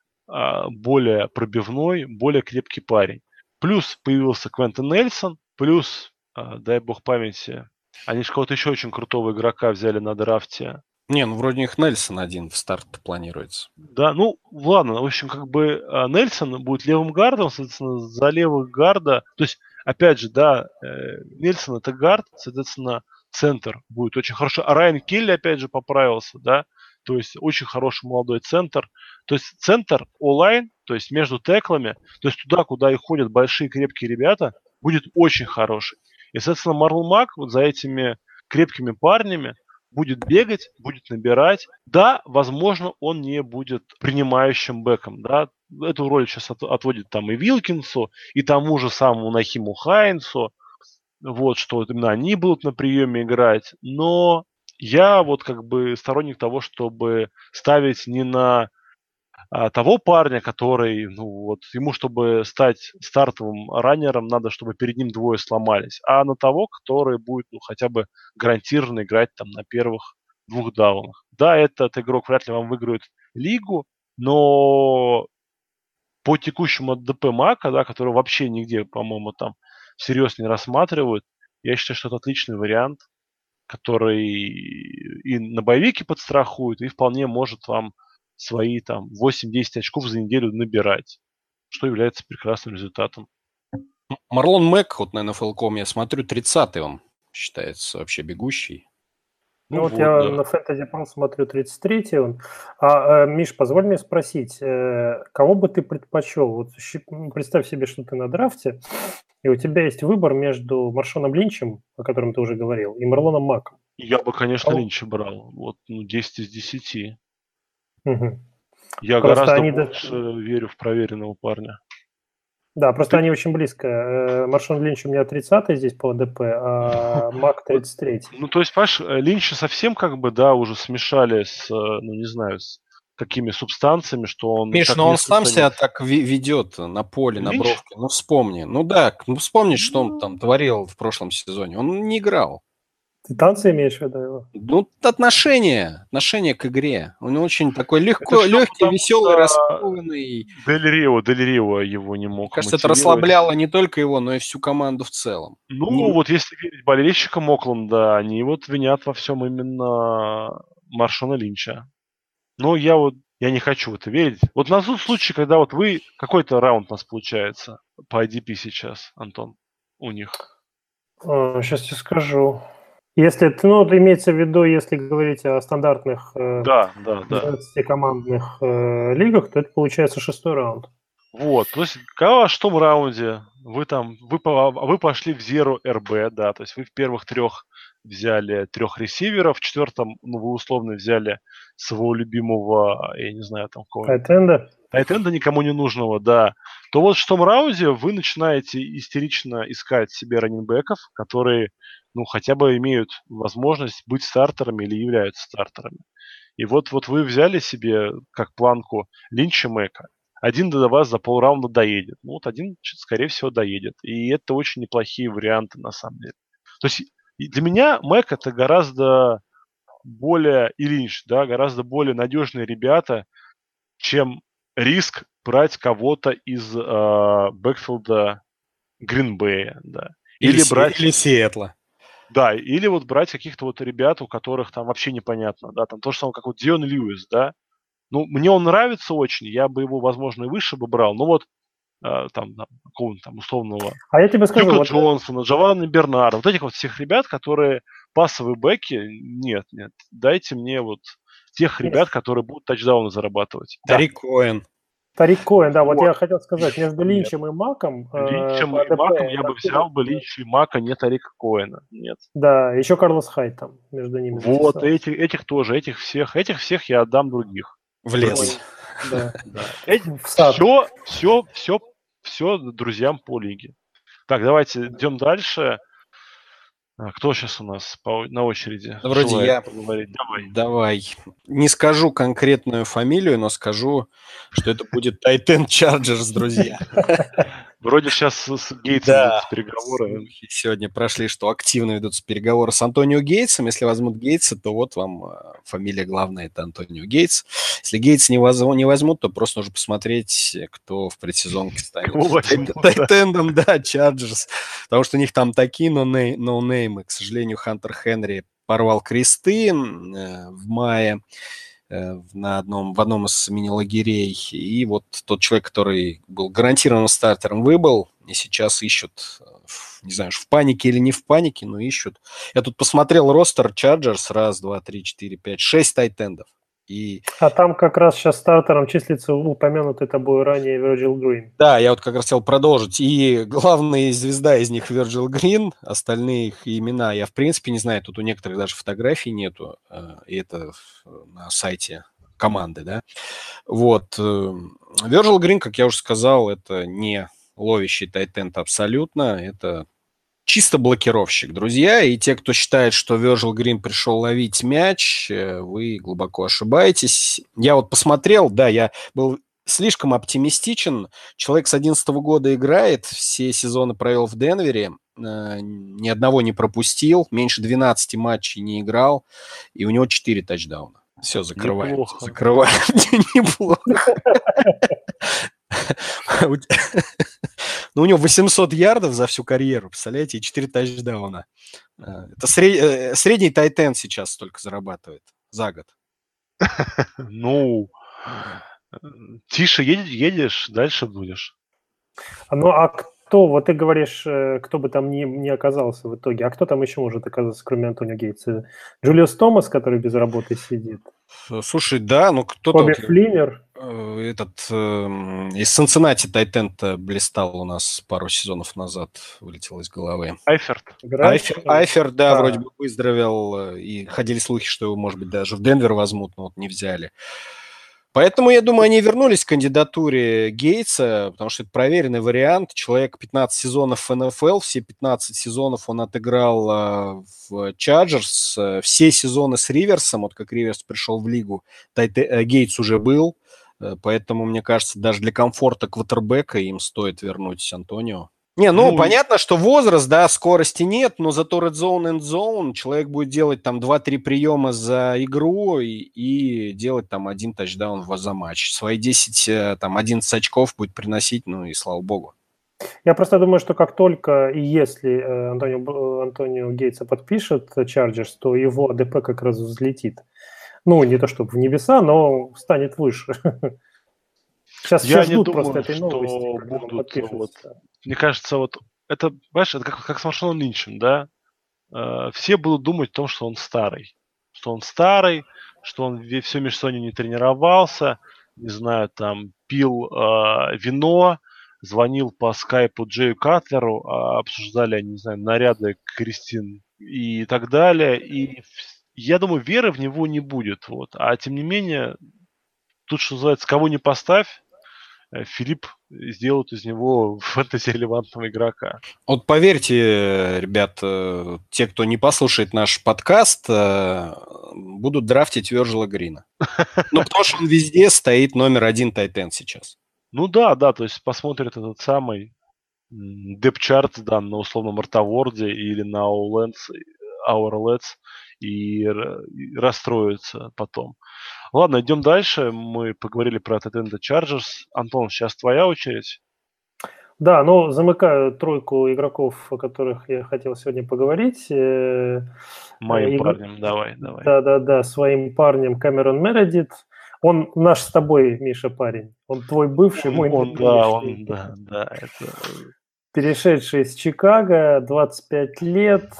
Speaker 2: более пробивной, более крепкий парень. Плюс появился Квентин Нельсон, плюс, дай бог памяти, они же кого-то еще очень крутого игрока взяли на драфте.
Speaker 3: Не, ну вроде у них Нельсон один в старт планируется.
Speaker 2: Да, ну ладно, в общем, как бы Нельсон будет левым гардом, соответственно, за левого гарда, то есть опять же, да, э, Нельсон это гард, соответственно, центр будет очень хорошо. А Райан Келли, опять же, поправился, да, то есть очень хороший молодой центр. То есть центр онлайн, то есть между теклами, то есть туда, куда и ходят большие крепкие ребята, будет очень хороший. И, соответственно, Марлон Мак вот за этими крепкими парнями будет бегать, будет набирать. Да, возможно, он не будет принимающим бэком, да. Эту роль сейчас от, отводит там и Вилкинсу, и тому же самому Нахиму Хайнсу. Вот, что именно они будут на приеме играть. Но я вот как бы сторонник того, чтобы ставить не на а, того парня, который, ну вот, ему, чтобы стать стартовым раннером, надо, чтобы перед ним двое сломались, а на того, который будет, ну, хотя бы гарантированно играть там на первых двух даунах. Да, этот игрок вряд ли вам выиграет лигу, но по текущему ДП Мака, да, который вообще нигде, по-моему, там всерьез не рассматривают, я считаю, что это отличный вариант, который и на боевике подстрахует, и вполне может вам свои там восемь-десять очков за неделю набирать, что является прекрасным результатом.
Speaker 3: Марлон Мэг, вот на эн эф эл точка ком я смотрю, тридцатый он считается вообще бегущий.
Speaker 4: Ну,
Speaker 2: Ну
Speaker 4: вот
Speaker 2: вот,
Speaker 4: я
Speaker 2: да.
Speaker 4: на Fantasy Pros смотрю тридцать третий он. А, э, Миш, позволь мне спросить, э, кого бы ты предпочел? Вот щи- м, представь себе, что ты на драфте, и у тебя есть выбор между Маршоном Линчем, о котором ты уже говорил, и Марлоном Маком.
Speaker 2: Я бы, конечно,
Speaker 4: Кого?
Speaker 2: Линча брал. Вот, ну, десять из десяти.
Speaker 4: Мгм.
Speaker 2: Я
Speaker 4: Просто
Speaker 2: гораздо
Speaker 4: они, да,
Speaker 2: больше верю в проверенного парня.
Speaker 4: да, просто
Speaker 2: Ты
Speaker 4: они очень близко. Э, Маршон Линч у меня тридцатый здесь по АДП, а Мак
Speaker 2: вот,
Speaker 4: тридцать третий.
Speaker 2: ну, то есть, понимаешь, э, Линча совсем как бы, да, уже смешали с, э, ну, не знаю, с какими субстанциями, что он
Speaker 3: Миш,
Speaker 2: как
Speaker 3: но он сам
Speaker 2: несколько
Speaker 3: себя
Speaker 2: нет.
Speaker 3: так ви- ведет на поле, на
Speaker 2: Линч?
Speaker 3: бровке. Ну, вспомни. Ну да, ну вспомни, что он там
Speaker 2: Ну,
Speaker 3: творил в прошлом сезоне. Он не играл.
Speaker 4: Ты танцы имеешь в виду его?
Speaker 3: Ну, отношение, отношение к игре. Он очень такой
Speaker 2: это
Speaker 3: легко,
Speaker 2: все
Speaker 3: легкий,
Speaker 2: потому,
Speaker 3: веселый,
Speaker 2: что
Speaker 3: раскованный.
Speaker 2: Дель Рио, Дель Рио его не
Speaker 3: Мне
Speaker 2: мог
Speaker 3: кажется, это
Speaker 2: мотивировать.
Speaker 3: расслабляло не только его, но и всю команду в целом.
Speaker 2: Ну,
Speaker 3: Не-
Speaker 2: вот если верить болельщикам Окленда, они вот винят во всем именно Маршона Линча. Но я вот, я не хочу в это верить. Вот на тот случай, когда вот вы, какой-то раунд у нас получается по ай ди пи сейчас, Антон, у них.
Speaker 4: Сейчас тебе скажу. Если, это, ну, вот имеется в виду, если говорить о стандартных э,
Speaker 2: Да, да, да.
Speaker 4: двенадцатикомандных э, лигах, то это получается шестой раунд.
Speaker 2: Вот, то есть, когда в шестом раунде вы там, вы, по- вы пошли в Zero эр би, да, то есть вы в первых трех взяли трех ресиверов, в четвертом, ну, вы условно взяли своего любимого, я не знаю, там, кого-нибудь,
Speaker 4: Тайтенда.
Speaker 2: тайтенда никому не нужного, да, то вот в шестом раунде вы начинаете истерично искать себе раннинбеков, которые, ну, хотя бы имеют возможность быть стартерами или являются стартерами. И вот, вот вы взяли себе как планку Линча Мэка. Один до вас за полраунда доедет. Ну вот один, ч- скорее всего, доедет. И это очень неплохие варианты на самом деле. То есть и для меня Мэк это гораздо более, и Линч, да, гораздо более надежные ребята, чем риск брать кого-то из э, бэкфилда Гринбея, да.
Speaker 3: Или,
Speaker 2: Или
Speaker 3: Си-
Speaker 2: брать
Speaker 3: или Сиэтла.
Speaker 2: да, или вот брать каких-то вот ребят, у которых там вообще непонятно, да, там то же самое, как вот Дион Льюис, да. Ну, мне он нравится очень, я бы его, возможно, и выше бы брал, но вот а, там, да, какого-нибудь там условного
Speaker 4: А я тебе скажу,
Speaker 2: Дюка
Speaker 4: вот
Speaker 2: Джонсона, Джованни Бернара, вот этих вот всех ребят, которые пассовые бэки, нет, нет, дайте мне вот тех ребят,
Speaker 4: Миш,
Speaker 2: которые будут тачдауны зарабатывать. Да,
Speaker 3: Тарик Коэн.
Speaker 4: Тарик Коэн, да, вот
Speaker 2: вот,
Speaker 4: я хотел сказать, между
Speaker 2: нет.
Speaker 4: Линчем и Маком э,
Speaker 2: Линчем
Speaker 4: по
Speaker 2: и
Speaker 4: АДП
Speaker 2: Маком я бы
Speaker 4: это
Speaker 2: взял бы
Speaker 4: абсолютно.
Speaker 2: Линча и Мака, не Тарика Коэна, нет.
Speaker 4: Да, еще Карлос Хайд там между ними
Speaker 2: Вот,
Speaker 4: затесался.
Speaker 2: этих, этих тоже, этих всех, этих всех я отдам других.
Speaker 3: В лес.
Speaker 4: Понял. Да.
Speaker 2: Да.
Speaker 4: В сад.
Speaker 2: Все, все, все, все друзьям по лиге. Так, давайте идем дальше. А, Кто сейчас у нас по, на очереди
Speaker 3: Да вроде
Speaker 2: желает
Speaker 3: я.
Speaker 2: поговорить? Давай.
Speaker 3: Давай. Не скажу конкретную фамилию, но скажу, что это будет Titan Chargers, друзья.
Speaker 2: Вроде сейчас с, с Гейтсом
Speaker 3: Да.
Speaker 2: ведутся переговоры.
Speaker 3: Слухи сегодня прошли, что активно ведутся переговоры с Антонио Гейтсом. Если возьмут Гейтса, то вот вам э, фамилия главная, это Антонио Гейтс. Если Гейтс не, воз... не возьмут, то просто нужно посмотреть, кто в предсезонке станет
Speaker 2: Кого возьмут, да.
Speaker 3: тайтендом, да, Чарджерс. Потому что у них там такие ноунеймы. К сожалению, Хантер Хенри порвал кресты э, в мае э, на одном, в одном из мини-лагерей. И вот тот человек, который был гарантированным стартером, выбыл, и сейчас ищут, в- не знаю, в панике или не в панике, но ищут. Я тут посмотрел ростер Chargers, раз, два, три, четыре, пять, шесть тайтендов. И
Speaker 4: А там как раз сейчас стартером числится упомянутый тобой ранее Virgil Green.
Speaker 3: да, я вот как раз хотел продолжить. И главная звезда из них Virgil Green, остальные их имена я в принципе не знаю, тут у некоторых даже фотографий нету, э, и это в- на сайте команды, да. Вот. э, Virgil Green, как я уже сказал, это не ловящий тайтенд абсолютно, это чисто блокировщик, друзья. И те, кто считает, что Virgil Green пришел ловить мяч, э, вы глубоко ошибаетесь. Я вот посмотрел, да, я был слишком оптимистичен. Человек с одиннадцатого года играет, все сезоны провел в Денвере, э, ни одного не пропустил, меньше двенадцати матчей не играл, и у него четыре тачдауна. Все, закрываем.
Speaker 2: Неплохо.
Speaker 3: Закрываем. Неплохо. Ну, у него восемьсот ярдов за всю карьеру, представляете, и четыре тачдауна. Э, Это сред- э, средний тайтенд сейчас столько зарабатывает за год.
Speaker 2: Ну, э, тише едешь, едешь, дальше будешь.
Speaker 4: А, Ну, а к- кто, вот ты говоришь, кто бы там ни, ни оказался в итоге, а кто там еще может оказаться, кроме Антонио Гейтса? Джулиус Томас, который без работы сидит?
Speaker 3: Слушай, да, ну кто-то...
Speaker 4: Коби
Speaker 3: Вот,
Speaker 4: Флинер?
Speaker 3: этот э, из Цинциннати Тайтента блистал у нас пару сезонов назад, вылетел из головы.
Speaker 2: Айферт.
Speaker 3: Айфер, Айфер, да,
Speaker 4: А.
Speaker 3: вроде бы выздоровел, и ходили слухи, что его, может быть, даже в Денвер возьмут, но вот не взяли. Поэтому, я думаю, они вернулись к кандидатуре Гейтса, потому что это проверенный вариант. Человек пятнадцать сезонов в эн эф эл, все пятнадцать сезонов он отыграл э, в Чарджерс, э, все сезоны с Риверсом, вот как Риверс пришел в лигу, Тайте, э, Гейтс уже был, э, поэтому, мне кажется, даже для комфорта квотербека им стоит вернуть Антонио. Не, ну,
Speaker 2: Ну,
Speaker 3: понятно, что возраст, да, скорости нет, но зато red zone, end zone человек будет делать там два-три приема за игру и, и делать там один тачдаун за матч. Свои десять, там, одиннадцать очков будет приносить, ну и слава богу.
Speaker 4: Я просто думаю, что как только и если Антонио, Антонио Гейтса подпишет Чарджерс, то его АДП как раз взлетит. Ну, не то чтобы в небеса, но станет выше. Сейчас,
Speaker 2: Я
Speaker 4: сейчас
Speaker 2: не
Speaker 4: ждут
Speaker 2: думаю,
Speaker 4: просто этой
Speaker 2: что
Speaker 4: новости, когда он
Speaker 2: будут
Speaker 4: подпишется.
Speaker 2: вот, мне кажется, вот это, понимаешь, это как, как с Маршалом Линчем, да? Э, все будут думать о том, что он старый. Что он старый, что он ве- всю межсезонье не тренировался, не знаю, там, пил э, вино, звонил по скайпу Джею Катлеру, а обсуждали, они, не знаю, наряды Кристин и так далее. И вс- я думаю, веры в него не будет. Вот. А тем не менее, тут, что называется, кого не поставь, э, Филипп сделает из него фэнтези-релевантного игрока.
Speaker 3: Вот поверьте, ребят, э, те, кто не послушает наш подкаст, э, будут драфтить Вёрджила Грина. Ну, потому что он везде стоит номер один тайтенд сейчас.
Speaker 2: Ну да, да, то есть посмотрят этот самый депчарт, да, на условном Артаворде или на Our Let's и, р- и расстроятся потом. Ладно, идем дальше. Мы поговорили про Тайтенда Чарджерс. Антон, сейчас твоя очередь.
Speaker 4: Да, но замыкаю тройку игроков, о которых я хотел сегодня поговорить. Э,
Speaker 2: Моим
Speaker 4: Иг-
Speaker 2: парнем, давай, давай.
Speaker 4: Да-да-да, своим парнем Камерон Мередит. Он наш с тобой, Миша, парень. Он твой бывший, мой
Speaker 2: Он, да,
Speaker 4: нынешний.
Speaker 2: он, да, да, это...
Speaker 4: Перешедший из Чикаго, двадцать пять лет.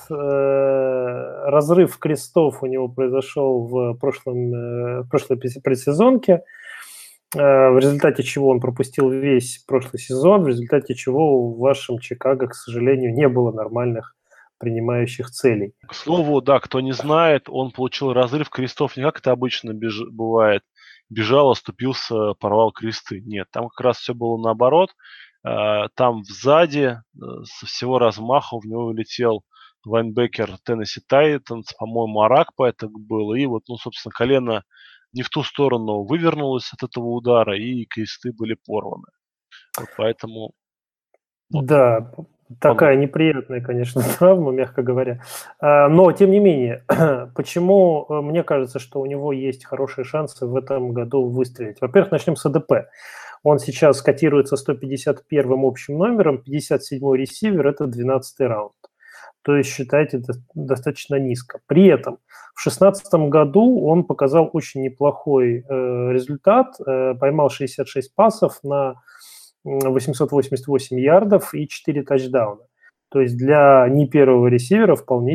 Speaker 4: э, Разрыв крестов у него произошел в, прошлом, э, в прошлой пи- предсезонке, э, в результате чего он пропустил весь прошлый сезон, в результате чего в вашем Чикаго, к сожалению, не было нормальных принимающих целей.
Speaker 2: К слову, да, кто не знает, он получил разрыв крестов не как это обычно беж- бывает. Бежал, оступился, порвал кресты. Нет, там как раз все было наоборот. Э, Там сзади э, со всего размаху в него улетел лайнбекер Теннесси Тайтанс, по-моему, Аракпа это был. И вот, ну, собственно, колено не в ту сторону вывернулось от этого удара, и кресты были порваны. Вот поэтому... Вот.
Speaker 4: Да, такая неприятная, конечно, травма, мягко говоря. А, Но, тем не менее, почему э, мне кажется, что у него есть хорошие шансы в этом году выстрелить? Во-первых, начнем с АДП. Он сейчас котируется сто пятьдесят первым общим номером, пятьдесят седьмой ресивер – это двенадцатый раунд. То есть, считайте, до- достаточно низко. При этом в две тысячи шестнадцатом году он показал очень неплохой э, результат, э, поймал шестьдесят шесть пасов на восемьсот восемьдесят восемь ярдов и четыре тачдауна. То есть для не первого ресивера вполне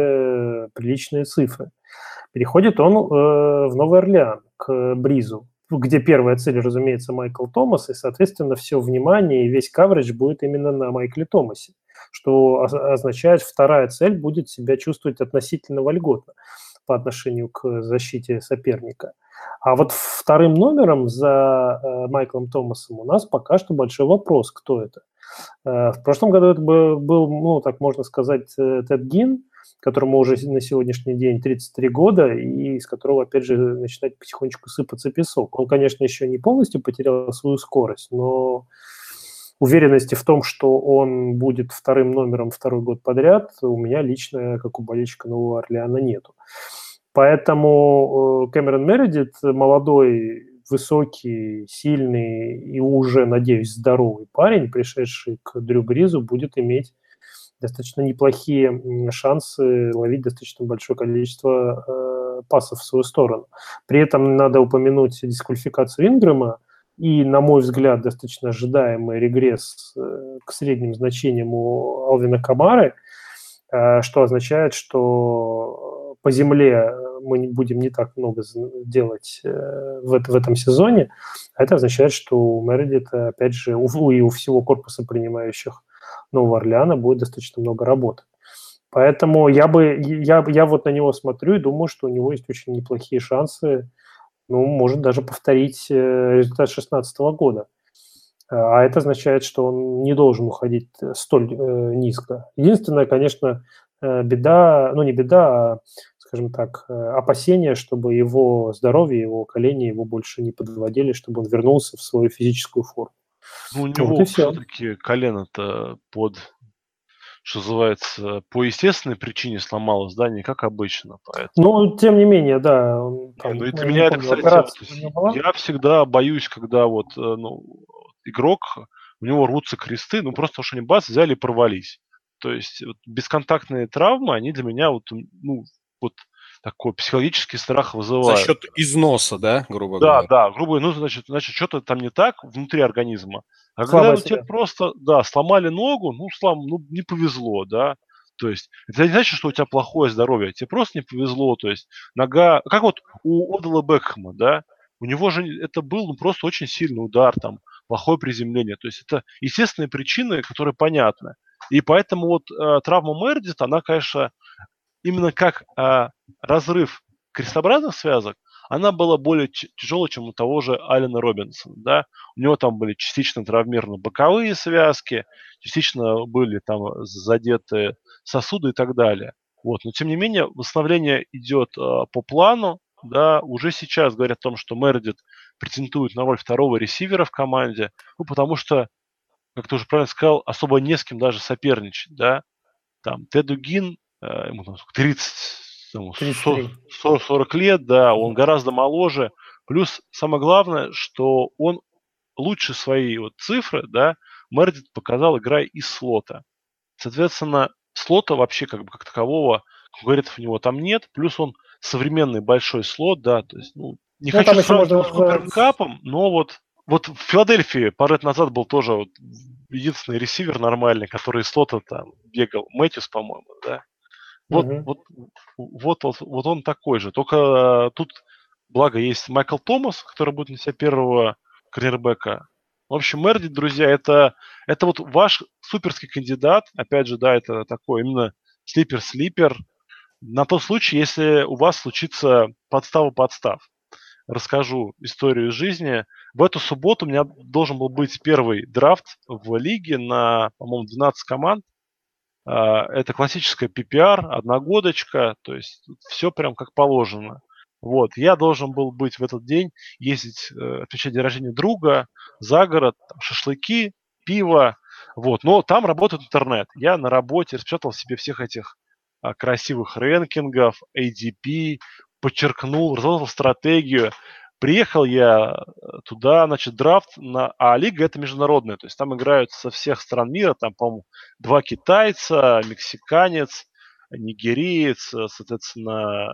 Speaker 4: себе приличные цифры. Переходит он э, в Новый Орлеан, к Бризу, где первая цель, разумеется, Майкл Томас, и, соответственно, все внимание и весь каверидж будет именно на Майкле Томасе, что означает, вторая цель будет себя чувствовать относительно вольготно по отношению к защите соперника. А вот вторым номером за э, Майклом Томасом у нас пока что большой вопрос, кто это. Э, в прошлом году это был, был, ну, так можно сказать, э, Тед Гин, которому уже на сегодняшний день тридцать три года, и из которого, опять же, начинает потихонечку сыпаться песок. Он, конечно, еще не полностью потерял свою скорость, но уверенности в том, что он будет вторым номером второй год подряд, у меня лично, как у болельщика Нового Орлеана, нету. Поэтому Кэмерон Мередит, молодой, высокий, сильный и уже, надеюсь, здоровый парень, пришедший к Дрю Бризу, будет иметь достаточно неплохие шансы ловить достаточно большое количество э, пасов в свою сторону. При этом надо упомянуть дисквалификацию Ингрэма и, на мой взгляд, достаточно ожидаемый регресс к средним значениям у Алвина Камары, что означает, что по земле мы не будем не так много делать в, в этом сезоне. А это означает, что у Мередита, опять же, у, и у всего корпуса принимающих Нового Орлеана будет достаточно много работы. Поэтому я бы я, я вот на него смотрю и думаю, что у него есть очень неплохие шансы, ну, может даже повторить результат шестнадцатого года. А это означает, что он не должен уходить столь э, низко. Единственное, конечно, беда, ну не беда, а, скажем так, опасение, чтобы его здоровье, его колени его больше не подводили, чтобы он вернулся в свою физическую форму.
Speaker 2: Ну, у
Speaker 4: Вот
Speaker 2: него
Speaker 4: и все.
Speaker 2: все-таки колено-то под, что называется, по естественной причине сломалось, да, не как обычно. Поэтому...
Speaker 4: Ну, тем не менее, да. Он,
Speaker 2: не,
Speaker 4: там,
Speaker 2: ну и для
Speaker 4: я
Speaker 2: меня
Speaker 4: не
Speaker 2: это,
Speaker 4: помню,
Speaker 2: кстати,
Speaker 4: операция
Speaker 2: вот,
Speaker 4: у него была?
Speaker 2: я всегда боюсь, когда вот ну, игрок, у него рвутся кресты, ну просто потому что они бац, взяли и порвались. То есть вот, бесконтактные травмы, они для меня вот, ну, вот такой психологический страх вызывают.
Speaker 3: За счет износа, да, грубо
Speaker 2: да,
Speaker 3: говоря?
Speaker 2: Да, да, грубо говоря, ну, значит, значит, что-то там не так внутри организма. А
Speaker 4: Слабая
Speaker 2: когда ну, тебе
Speaker 4: связь.
Speaker 2: просто, да, сломали ногу, ну, слом, ну, не повезло, да. То есть это не значит, что у тебя плохое здоровье, тебе просто не повезло. То есть нога, как вот у Одела Бекхэма, да, у него же это был ну, просто очень сильный удар, там, плохое приземление. То есть это естественные причины, которые понятны. И поэтому вот э, травма Мердита, она, конечно, именно как э, разрыв крестообразных связок, она была более тяжелой, чем у того же Алена Робинсона. Да? У него там были частично травмированы боковые связки, частично были там задеты сосуды и так далее. Вот. Но тем не менее, восстановление идет э, по плану. Да? Уже сейчас говорят о том, что Мередит претендует на роль второго ресивера в команде, ну, потому что, как ты уже правильно сказал, особо не с кем даже соперничать. Да? Там Теду Гин, э, ему там тридцать, сорок лет, да, он гораздо моложе. Плюс самое главное, что он лучше свои вот цифры, да, Мередит показал, играя из слота. Соответственно, слота вообще как бы как такового конкурентов у него там нет. Плюс он современный большой слот, да, то есть, ну, не
Speaker 4: Ну,
Speaker 2: хочу
Speaker 4: там еще
Speaker 2: сравнивать
Speaker 4: можно
Speaker 2: его с Купером Капом, но вот, вот в Филадельфии пару лет назад был тоже вот единственный ресивер нормальный, который из слота там бегал. Мэтьюс, по-моему, да. Вот,
Speaker 4: Мгм.
Speaker 2: вот, вот, вот, вот он такой же. Только тут, благо, есть Майкл Томас, который будет на себя первого карьербека. В общем, Мердит, друзья, это, это вот ваш суперский кандидат. Опять же, да, это такой именно слипер-слипер. На тот случай, если у вас случится подстава-подстав. Расскажу историю из жизни. В эту субботу у меня должен был быть первый драфт в лиге на, по-моему, двенадцать команд. Это классическая пи пи ар, одногодочка, то есть все прям как положено. Вот, я должен был быть в этот день, ездить, э, отмечать день рождения друга, за город, там, шашлыки, пиво, вот. Но там работает интернет. Я на работе распечатал себе всех этих а, красивых рэнкингов, эй ди пи, подчеркнул, разработал стратегию. Приехал я туда, значит, драфт, на... а лига это международная, то есть там играют со всех стран мира, там, по-моему, два китайца, мексиканец, нигериец, соответственно,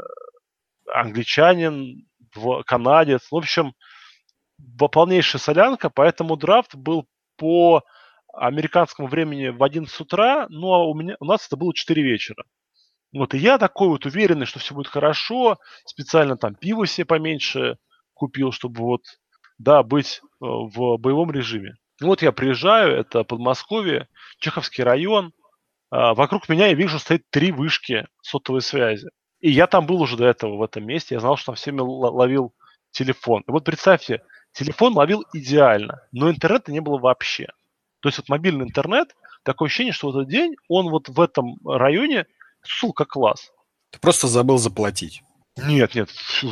Speaker 2: англичанин, канадец. В общем, полнейшая солянка, поэтому драфт был по американскому времени в одиннадцать утра, ну а у, меня, у нас это было четыре вечера. Вот, и я такой вот уверенный, что все будет хорошо, специально там пиво себе поменьше купил, чтобы вот, да, быть э, в боевом режиме. И вот я приезжаю, это Подмосковье, Чеховский район, а, вокруг меня я вижу стоит три вышки сотовой связи. И я там был уже до этого в этом месте, я знал, что там всеми ловил телефон. И вот представьте, телефон ловил идеально, но интернета не было вообще. То есть вот мобильный интернет, такое ощущение, что в этот день он вот в этом районе сул как класс.
Speaker 3: Ты просто забыл заплатить.
Speaker 2: Нет, нет.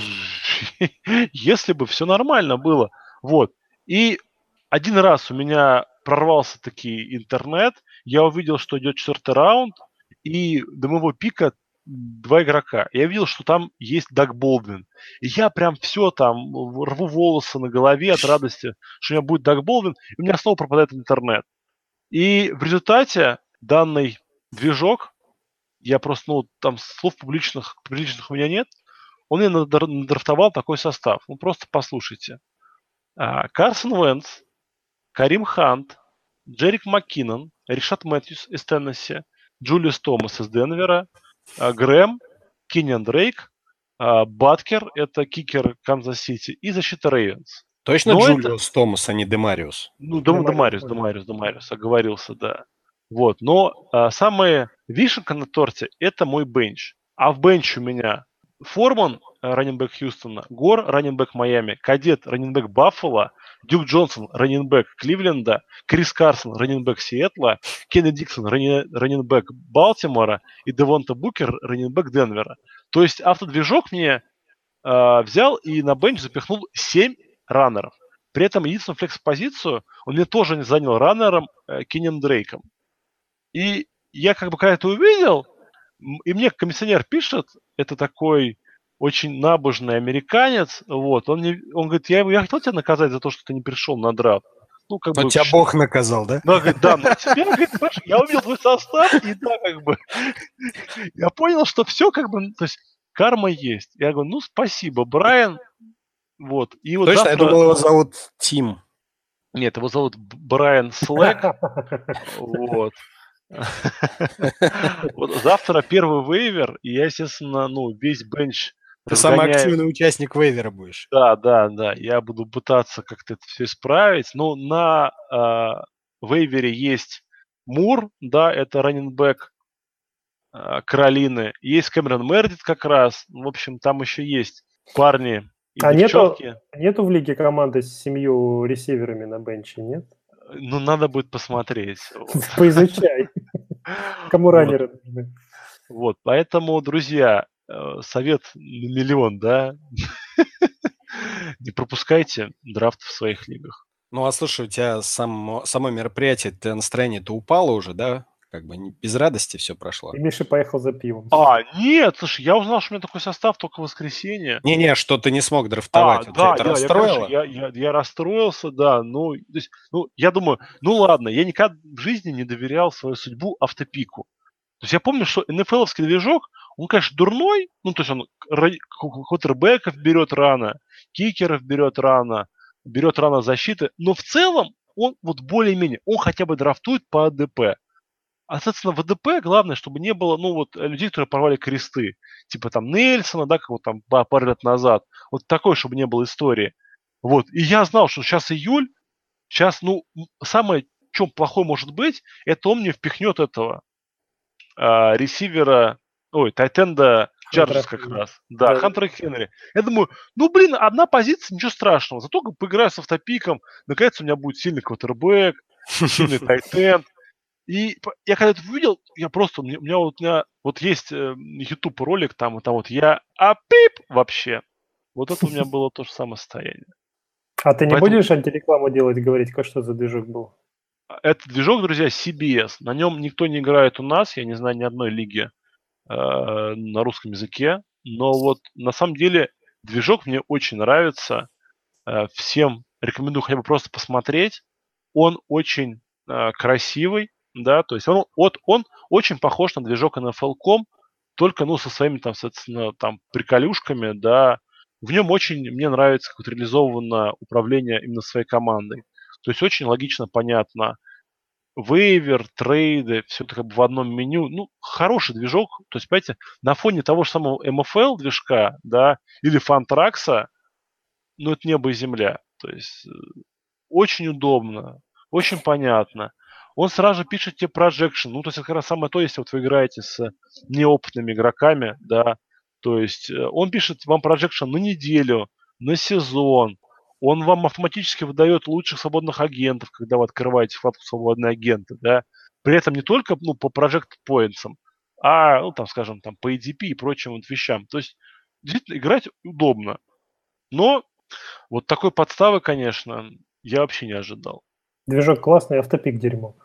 Speaker 2: Если бы все нормально было. Вот. И один раз у меня прорвался таки интернет, я увидел, что идет четвертый раунд, и до моего пика два игрока. Я видел, что там есть Даг Болдвин. И я прям все там рву волосы на голове от радости, что у меня будет Даг Болдвин, и у меня снова пропадает интернет. И в результате данный движок, я просто, ну, там слов публичных, публичных у меня нет, он мне надрафтовал такой состав. Ну, просто послушайте. А, Карсон Вентс, Карим Хант, Джерик Маккинон, Ришат Мэтьюс из Теннесси, Джулиус Томас из Денвера, а, Грэм, Киньян Дрейк, а, Баткер, это кикер Канзас-Сити, и защита Рейвенс.
Speaker 3: Точно
Speaker 2: Но это,
Speaker 3: Джулиус Томас, а не Демариус?
Speaker 2: ну, Дем-
Speaker 4: Демариус,
Speaker 2: Демариус, Демариус, Демариус, оговорился, да. Вот, но а, самая вишенка на торте – это мой бенч. А в бенч у меня Форман, раннинбэк Хьюстона, Гор, раннинбэк Майами, Кадет, раннинбэк Баффало, Дюк Джонсон, раннинбэк Кливленда, Крис Карсон, раннинбэк Сиэтла, Кенни Диксон, ранни- раннинбэк Балтимора и Девонта Букер, раннинбэк Денвера. То есть автодвижок мне э, взял и на бенч запихнул семь раннеров. При этом единственную флекс-позицию он мне тоже не занял раннером э, Кеннием Дрейком. И я как бы когда это увидел, м, и мне комиссионер пишет, это такой очень набожный американец, вот, он, мне, он говорит, я, я хотел тебя наказать за то, что ты не пришел на драфт. Ну, как
Speaker 3: Но
Speaker 2: бы,
Speaker 3: тебя
Speaker 2: что-
Speaker 3: Бог наказал, да?
Speaker 2: ну, говорит, да, но тебя, говорит, понимаешь, я увидел твой состав, и да, как бы, я понял, что все как бы, то есть карма есть. Я говорю, ну, спасибо, Брайан, вот. И вот
Speaker 3: Точно, я
Speaker 2: завтра...
Speaker 3: думал, его зовут Тим.
Speaker 2: Нет, его зовут Б- Брайан Слэк, вот. Вот завтра первый вейвер, и я, естественно, ну, весь бенч
Speaker 3: Ты самый
Speaker 2: разгоняю.
Speaker 3: активный участник вейвера будешь.
Speaker 2: Да, да, да, я буду пытаться как-то это все исправить. Но на а, вейвере есть Мур, да, это раннинбэк а, Каролины. Есть Кэмерон Мердит как раз. В общем, там еще есть парни и
Speaker 4: А нету,
Speaker 2: девчонки.
Speaker 4: нету в лиге команды с семью ресиверами на бенче, нет?
Speaker 2: Ну, надо будет посмотреть. Вот.
Speaker 4: Поизучай. Кому
Speaker 2: Вот.
Speaker 4: раннеры нужны?
Speaker 2: Вот, поэтому, друзья, э, совет на миллион, да, не пропускайте драфт в своих лигах.
Speaker 3: Ну, а слушай, у тебя само, само мероприятие, ты настроение-то упало уже, да? Как бы не- без радости все прошло.
Speaker 4: И Миша поехал за пивом.
Speaker 2: А, нет, слушай, я узнал, что у меня такой состав только в воскресенье.
Speaker 3: Не-не, что ты не смог
Speaker 2: А,
Speaker 3: драфтовать. Вот тебя
Speaker 2: да,
Speaker 3: это
Speaker 2: я, я,
Speaker 3: расстроило?
Speaker 2: конечно, я, я, я расстроился, да, ну, то есть, ну, я думаю, ну ладно, я никогда в жизни не доверял свою судьбу автопику. То есть я помню, что эн эф эл-овский движок, он, конечно, дурной, ну, то есть он ра- квотербеков берет рано, кикеров берет рано, берет рано защиты, но в целом он вот более-менее, он хотя бы драфтует по а дэ пэ. А, соответственно, в а дэ пэ главное, чтобы не было, ну, вот, людей, которые порвали кресты. Типа там Нельсона, да, как вот там па- пару лет назад. Вот такой, чтобы не было истории. Вот. И я знал, что сейчас июль, сейчас, ну, м, самое, чем плохое может быть, это он мне впихнет этого а, ресивера, ой, тайтенда
Speaker 4: Хантера
Speaker 2: Чарджерс как
Speaker 4: Хенри.
Speaker 2: раз. Да,
Speaker 4: Да.
Speaker 2: Хантера Хенри. Я думаю, ну, блин, одна позиция, ничего страшного. Зато как поиграю с автопиком, наконец у меня будет сильный квотербек, сильный тайтенд. И п- я когда это увидел, я просто, у меня, у меня вот, у меня вот есть э, YouTube ролик там, и там вот я апип вообще. Вот это у меня было то же самое состояние.
Speaker 4: А ты не
Speaker 2: Поэтому-
Speaker 4: будешь антирекламу делать, говорить, как что за движок был?
Speaker 2: Этот движок, друзья, си би эс. На нем никто не играет у нас, я не знаю ни одной лиги э, на русском языке. Но вот на самом деле движок мне очень нравится. Э, всем рекомендую хотя бы просто посмотреть. Он очень э, красивый, да, то есть он, вот, он очень похож на движок эн эф эл точка ком, только, ну, со своими, там, соответственно, там, приколюшками, да. В нем очень, мне нравится, как вот реализовано управление именно своей командой. То есть очень логично, понятно. Вейвер, трейды, все это как бы в одном меню. Ну, хороший движок. То есть, понимаете, на фоне того же самого эм эф эл движка, да, или Фантракса, ну, это небо и земля. То есть, э, очень удобно, очень понятно. Он сразу же пишет тебе projection. Ну, то есть, это как раз самое то, если вот вы играете с неопытными игроками, да, то есть, э, он пишет вам projection на неделю, на сезон. Он вам автоматически выдает лучших свободных агентов, когда вы открываете вкладку «Свободные агенты», да. При этом не только, ну, по project points, а, ну, там, скажем, там, по эй ди пи и прочим вот вещам. То есть, действительно, играть удобно. Но вот такой подставы, конечно, я вообще не ожидал.
Speaker 4: Движок классный, автопик дерьмо.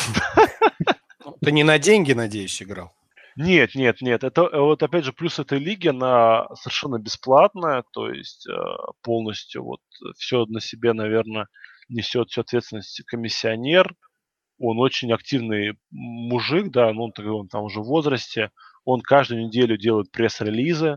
Speaker 3: Ты не на деньги, надеюсь, играл?
Speaker 2: Нет, нет, нет. Это э, вот опять же плюс этой лиги, она совершенно бесплатная, то есть э, полностью вот все на себе, наверное, несет всю ответственность комиссионер. Он очень активный мужик, да, ну он, так- он там уже в возрасте. Он каждую неделю делает пресс-релизы,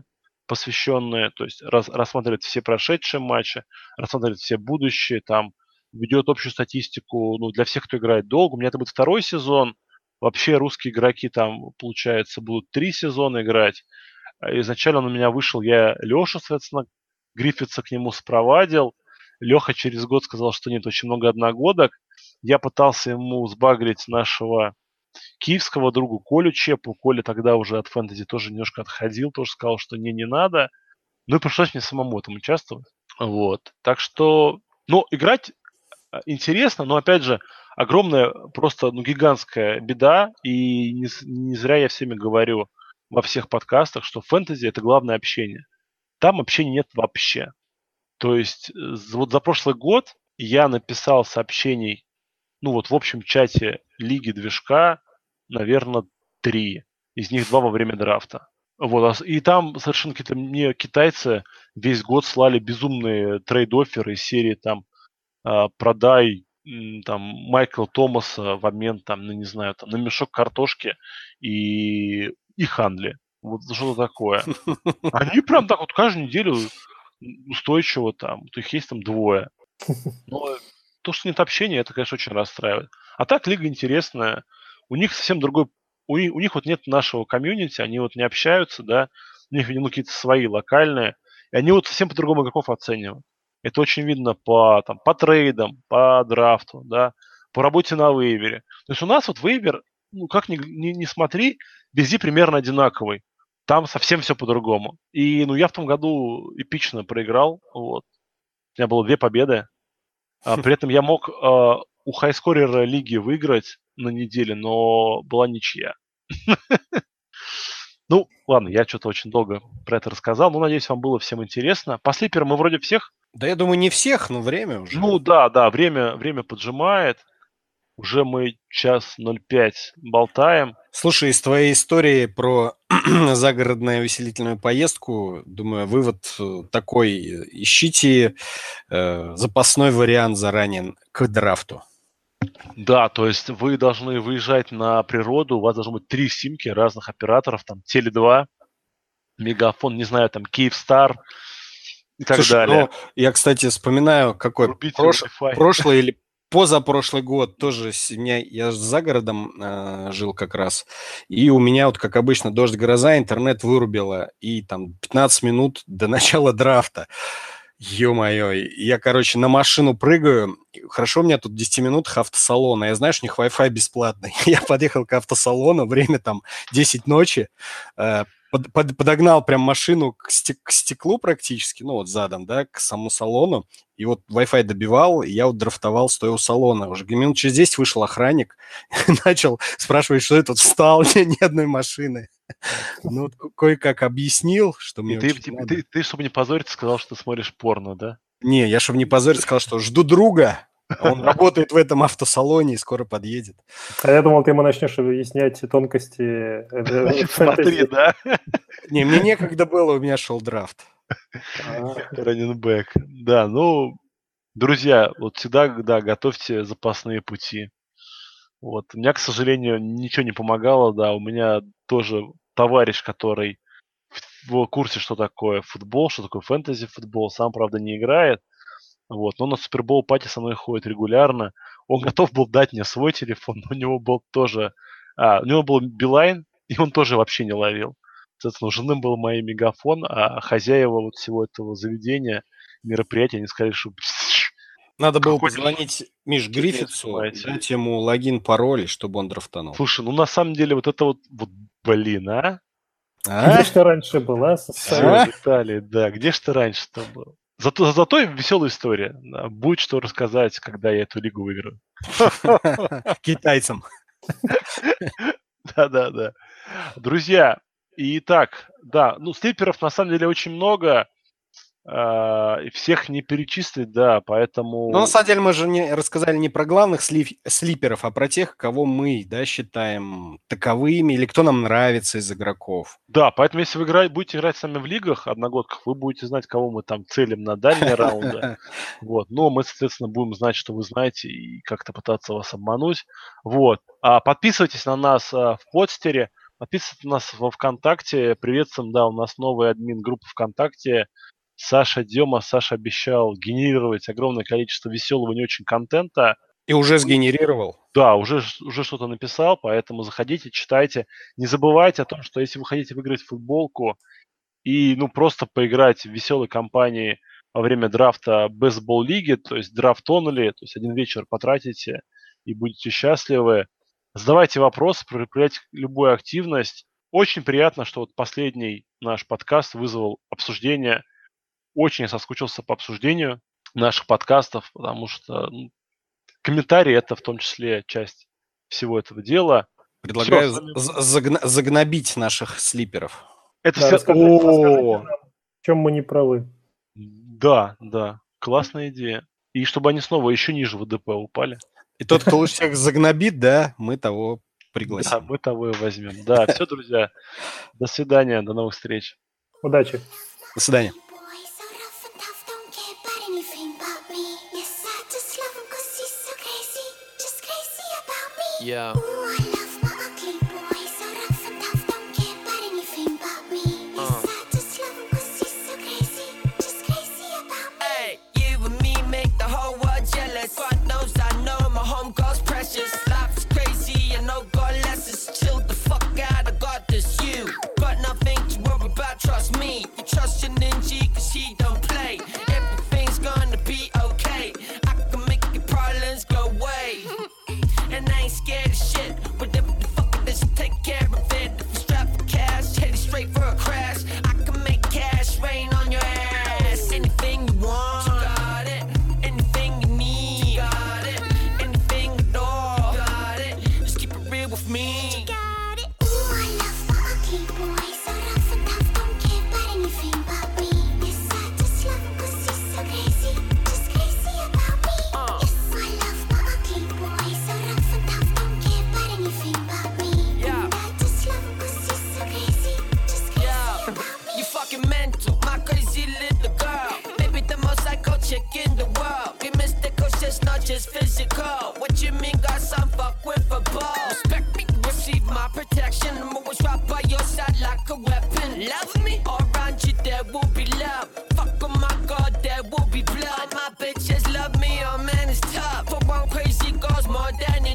Speaker 2: посвященные, то есть рас, рассматривает все прошедшие матчи, рассматривает все будущие, там, ведет общую статистику, ну, для всех, кто играет долго. У меня это будет второй сезон. Вообще русские игроки там, получается, будут три сезона играть. Изначально он у меня вышел, я Лешу, соответственно, Гриффитса к нему спровадил. Леха через год сказал, что нет, очень много одногодок. Я пытался ему сбагрить нашего киевского другу Колю Чепу. Коля тогда уже от фэнтези тоже немножко отходил, тоже сказал, что не, не надо. Ну и пришлось мне самому этом участвовать. Вот. Так что, ну, играть интересно, но, опять же, огромная, просто, ну, гигантская беда. И не, не зря я всеми говорю во всех подкастах, что фэнтези – это главное общение. Там общения нет вообще. То есть вот за прошлый год я написал сообщений, ну вот в общем чате Лиги Движка, наверное, три. Из них два во время драфта. Вот. И там совершенно какие-то мне китайцы весь год слали безумные трейд-офферы из серии там продай там Майкла Томаса в обмен там, ну не знаю, там, на мешок картошки и, и Ханли. Вот что-то такое. Они прям так вот каждую неделю устойчиво там, вот их есть там двое. Но то, что нет общения, это, конечно, очень расстраивает. А так лига интересная. У них совсем другой... У них, у них вот нет нашего комьюнити, они вот не общаются, да, у них ну, какие-то свои локальные, и они вот совсем по-другому игроков оценивают. Это очень видно по, там, по трейдам, по драфту, да, по работе на вейвере. То есть у нас вот вейвер, ну как ни, ни, ни смотри, везде примерно одинаковый. Там совсем все по-другому. И ну я в том году эпично проиграл. Вот. У меня было две победы. А, при этом я мог а, у хайскорера лиги выиграть на неделе, но была ничья. Ну, ладно, я что-то очень долго про это рассказал. Ну, надеюсь, вам было всем интересно. По слиперам мы вроде всех...
Speaker 3: Да, я думаю, не всех, но время уже.
Speaker 2: Ну, да, да, время, время поджимает. Уже мы час ноль пять болтаем.
Speaker 3: Слушай, из твоей истории про загородную увеселительную поездку, думаю, вывод такой. Ищите э, запасной вариант заранее к драфту.
Speaker 2: Да, то есть вы должны выезжать на природу, у вас должно быть три симки разных операторов, там Теле два, Мегафон, не знаю, там Киевстар и так
Speaker 3: Слушай,
Speaker 2: далее.
Speaker 3: Ну, я, кстати, вспоминаю, какой прош... прошлый или позапрошлый год тоже меня, я за городом э, жил как раз, и у меня вот, как обычно, дождь, гроза, интернет вырубило, и там пятнадцать минут до начала драфта. Ё-моё, я, короче, на машину прыгаю. Хорошо, у меня тут десять минут автосалона. Я, знаешь, у них Wi-Fi бесплатный. Я подъехал к автосалону, время там десять ночи, э, под, под, подогнал прям машину к, стек, к стеклу практически, ну вот задом, да, к самому салону. И вот Wi-Fi добивал, и я вот драфтовал, стоя у салона. Уже минут через десять вышел охранник, начал спрашивать, что я тут встал, ни одной машины. Ну, кое-как объяснил, что мне
Speaker 2: И ты, ты, ты, ты, чтобы не позориться, сказал, что ты смотришь порно, да?
Speaker 3: Не, я, чтобы не позориться, сказал, что жду друга. Он работает в этом автосалоне и скоро подъедет.
Speaker 4: А я думал, ты ему начнешь объяснять тонкости.
Speaker 2: Смотри, да?
Speaker 3: Не, мне некогда было, у меня шел драфт.
Speaker 2: Раннинбэк. Да, ну, друзья, вот всегда, да, готовьте запасные пути. Вот. У меня, к сожалению, ничего не помогало, да, у меня тоже товарищ, который в курсе, что такое футбол, что такое фэнтези-футбол, сам, правда, не играет, вот, но на Супербол пати со мной ходит регулярно. Он готов был дать мне свой телефон, но у него был тоже... А, у него был Билайн, и он тоже вообще не ловил. Соответственно, у жены был мой мегафон, а хозяева вот всего этого заведения, мероприятия, они сказали, что...
Speaker 3: Надо было позвонить Миш Гриффитсу, дать ему логин, пароль, чтобы он драфтанул.
Speaker 2: Слушай, ну на самом деле вот это вот, вот блин, а?
Speaker 4: А? Где ж ты раньше была?
Speaker 2: Все, Виталий, да, где ж ты раньше-то был? Зато, зато веселая история. Да. Будет что рассказать, когда я эту лигу выиграю.
Speaker 3: Китайцам.
Speaker 2: Да-да-да. Друзья, итак, да, ну слиперов на самом деле очень много. И всех не перечислить, да, поэтому...
Speaker 3: Ну, на самом деле, мы же не рассказали не про главных слип... слиперов, а про тех, кого мы, да, считаем таковыми, или кто нам нравится из игроков.
Speaker 2: Да, поэтому если вы играть, будете играть с нами в лигах одногодках, вы будете знать, кого мы там целим на дальние раунды. Вот. Но мы, соответственно, будем знать, что вы знаете, и как-то пытаться вас обмануть. Вот. А подписывайтесь на нас в подстере, Подписывайтесь на нас во ВКонтакте. Приветствуем, да, у нас новый админ группы ВКонтакте. Саша Дема. Саша обещал генерировать огромное количество веселого не очень контента.
Speaker 3: И уже сгенерировал.
Speaker 2: Да, уже, уже что-то написал, поэтому заходите, читайте. Не забывайте о том, что если вы хотите выиграть футболку и ну просто поиграть в веселой компании во время драфта бейсбол-лиги, то есть драфт only, то есть один вечер потратите и будете счастливы, задавайте вопросы, проявляйте любую активность. Очень приятно, что вот последний наш подкаст вызвал обсуждение. Очень соскучился по обсуждению наших подкастов, потому что ну, комментарии – это в том числе часть всего этого дела.
Speaker 3: Предлагаю
Speaker 2: Всё,
Speaker 3: загна- загнобить наших слиперов.
Speaker 2: Это
Speaker 4: Да,
Speaker 2: все...
Speaker 4: расскажите, расскажите нам, в чем мы не правы.
Speaker 2: Да, да, классная идея. И чтобы они снова еще ниже в ВДП упали.
Speaker 3: И тот, кто лучше всех загнобит, да, мы того пригласим.
Speaker 2: Да, мы того и возьмем. Да, все, друзья. До свидания, до новых встреч.
Speaker 4: Удачи.
Speaker 3: До свидания.
Speaker 1: Yeah.
Speaker 5: Trust me, you trust your ninja cause he don't play. Everything's gonna be okay. I can make your problems go away. And I ain't scared of shit. Whatever the fuck it is, take care of it. If you strap for cash, headed straight for a crash. I can make cash rain on your ass. Anything you want, you got it. Anything you need, you got it. Anything at all, you got it. Just keep it real with me. You got it. Ooh, I love my ugly boy. So rough and tough, don't care about anything but me. Yes, I just love him cause he's so crazy. Just crazy about me. Uh. Yes, I love my ugly boy. So rough and tough, don't care about anything but me. Yeah. And I just love him cause he's so crazy. Just crazy yeah. about me. You fucking mental, my crazy little girl. Maybe the most psycho chick in the world. We mystical, just not just physical. What you mean got some fuck with a ball? Respect me, receive my protection. I'm always right by your side like a weapon. Love me, all around you there will be love. Fuck oh my god, there will be blood. My bitches love me, oh man it's tough. For one crazy girl's more than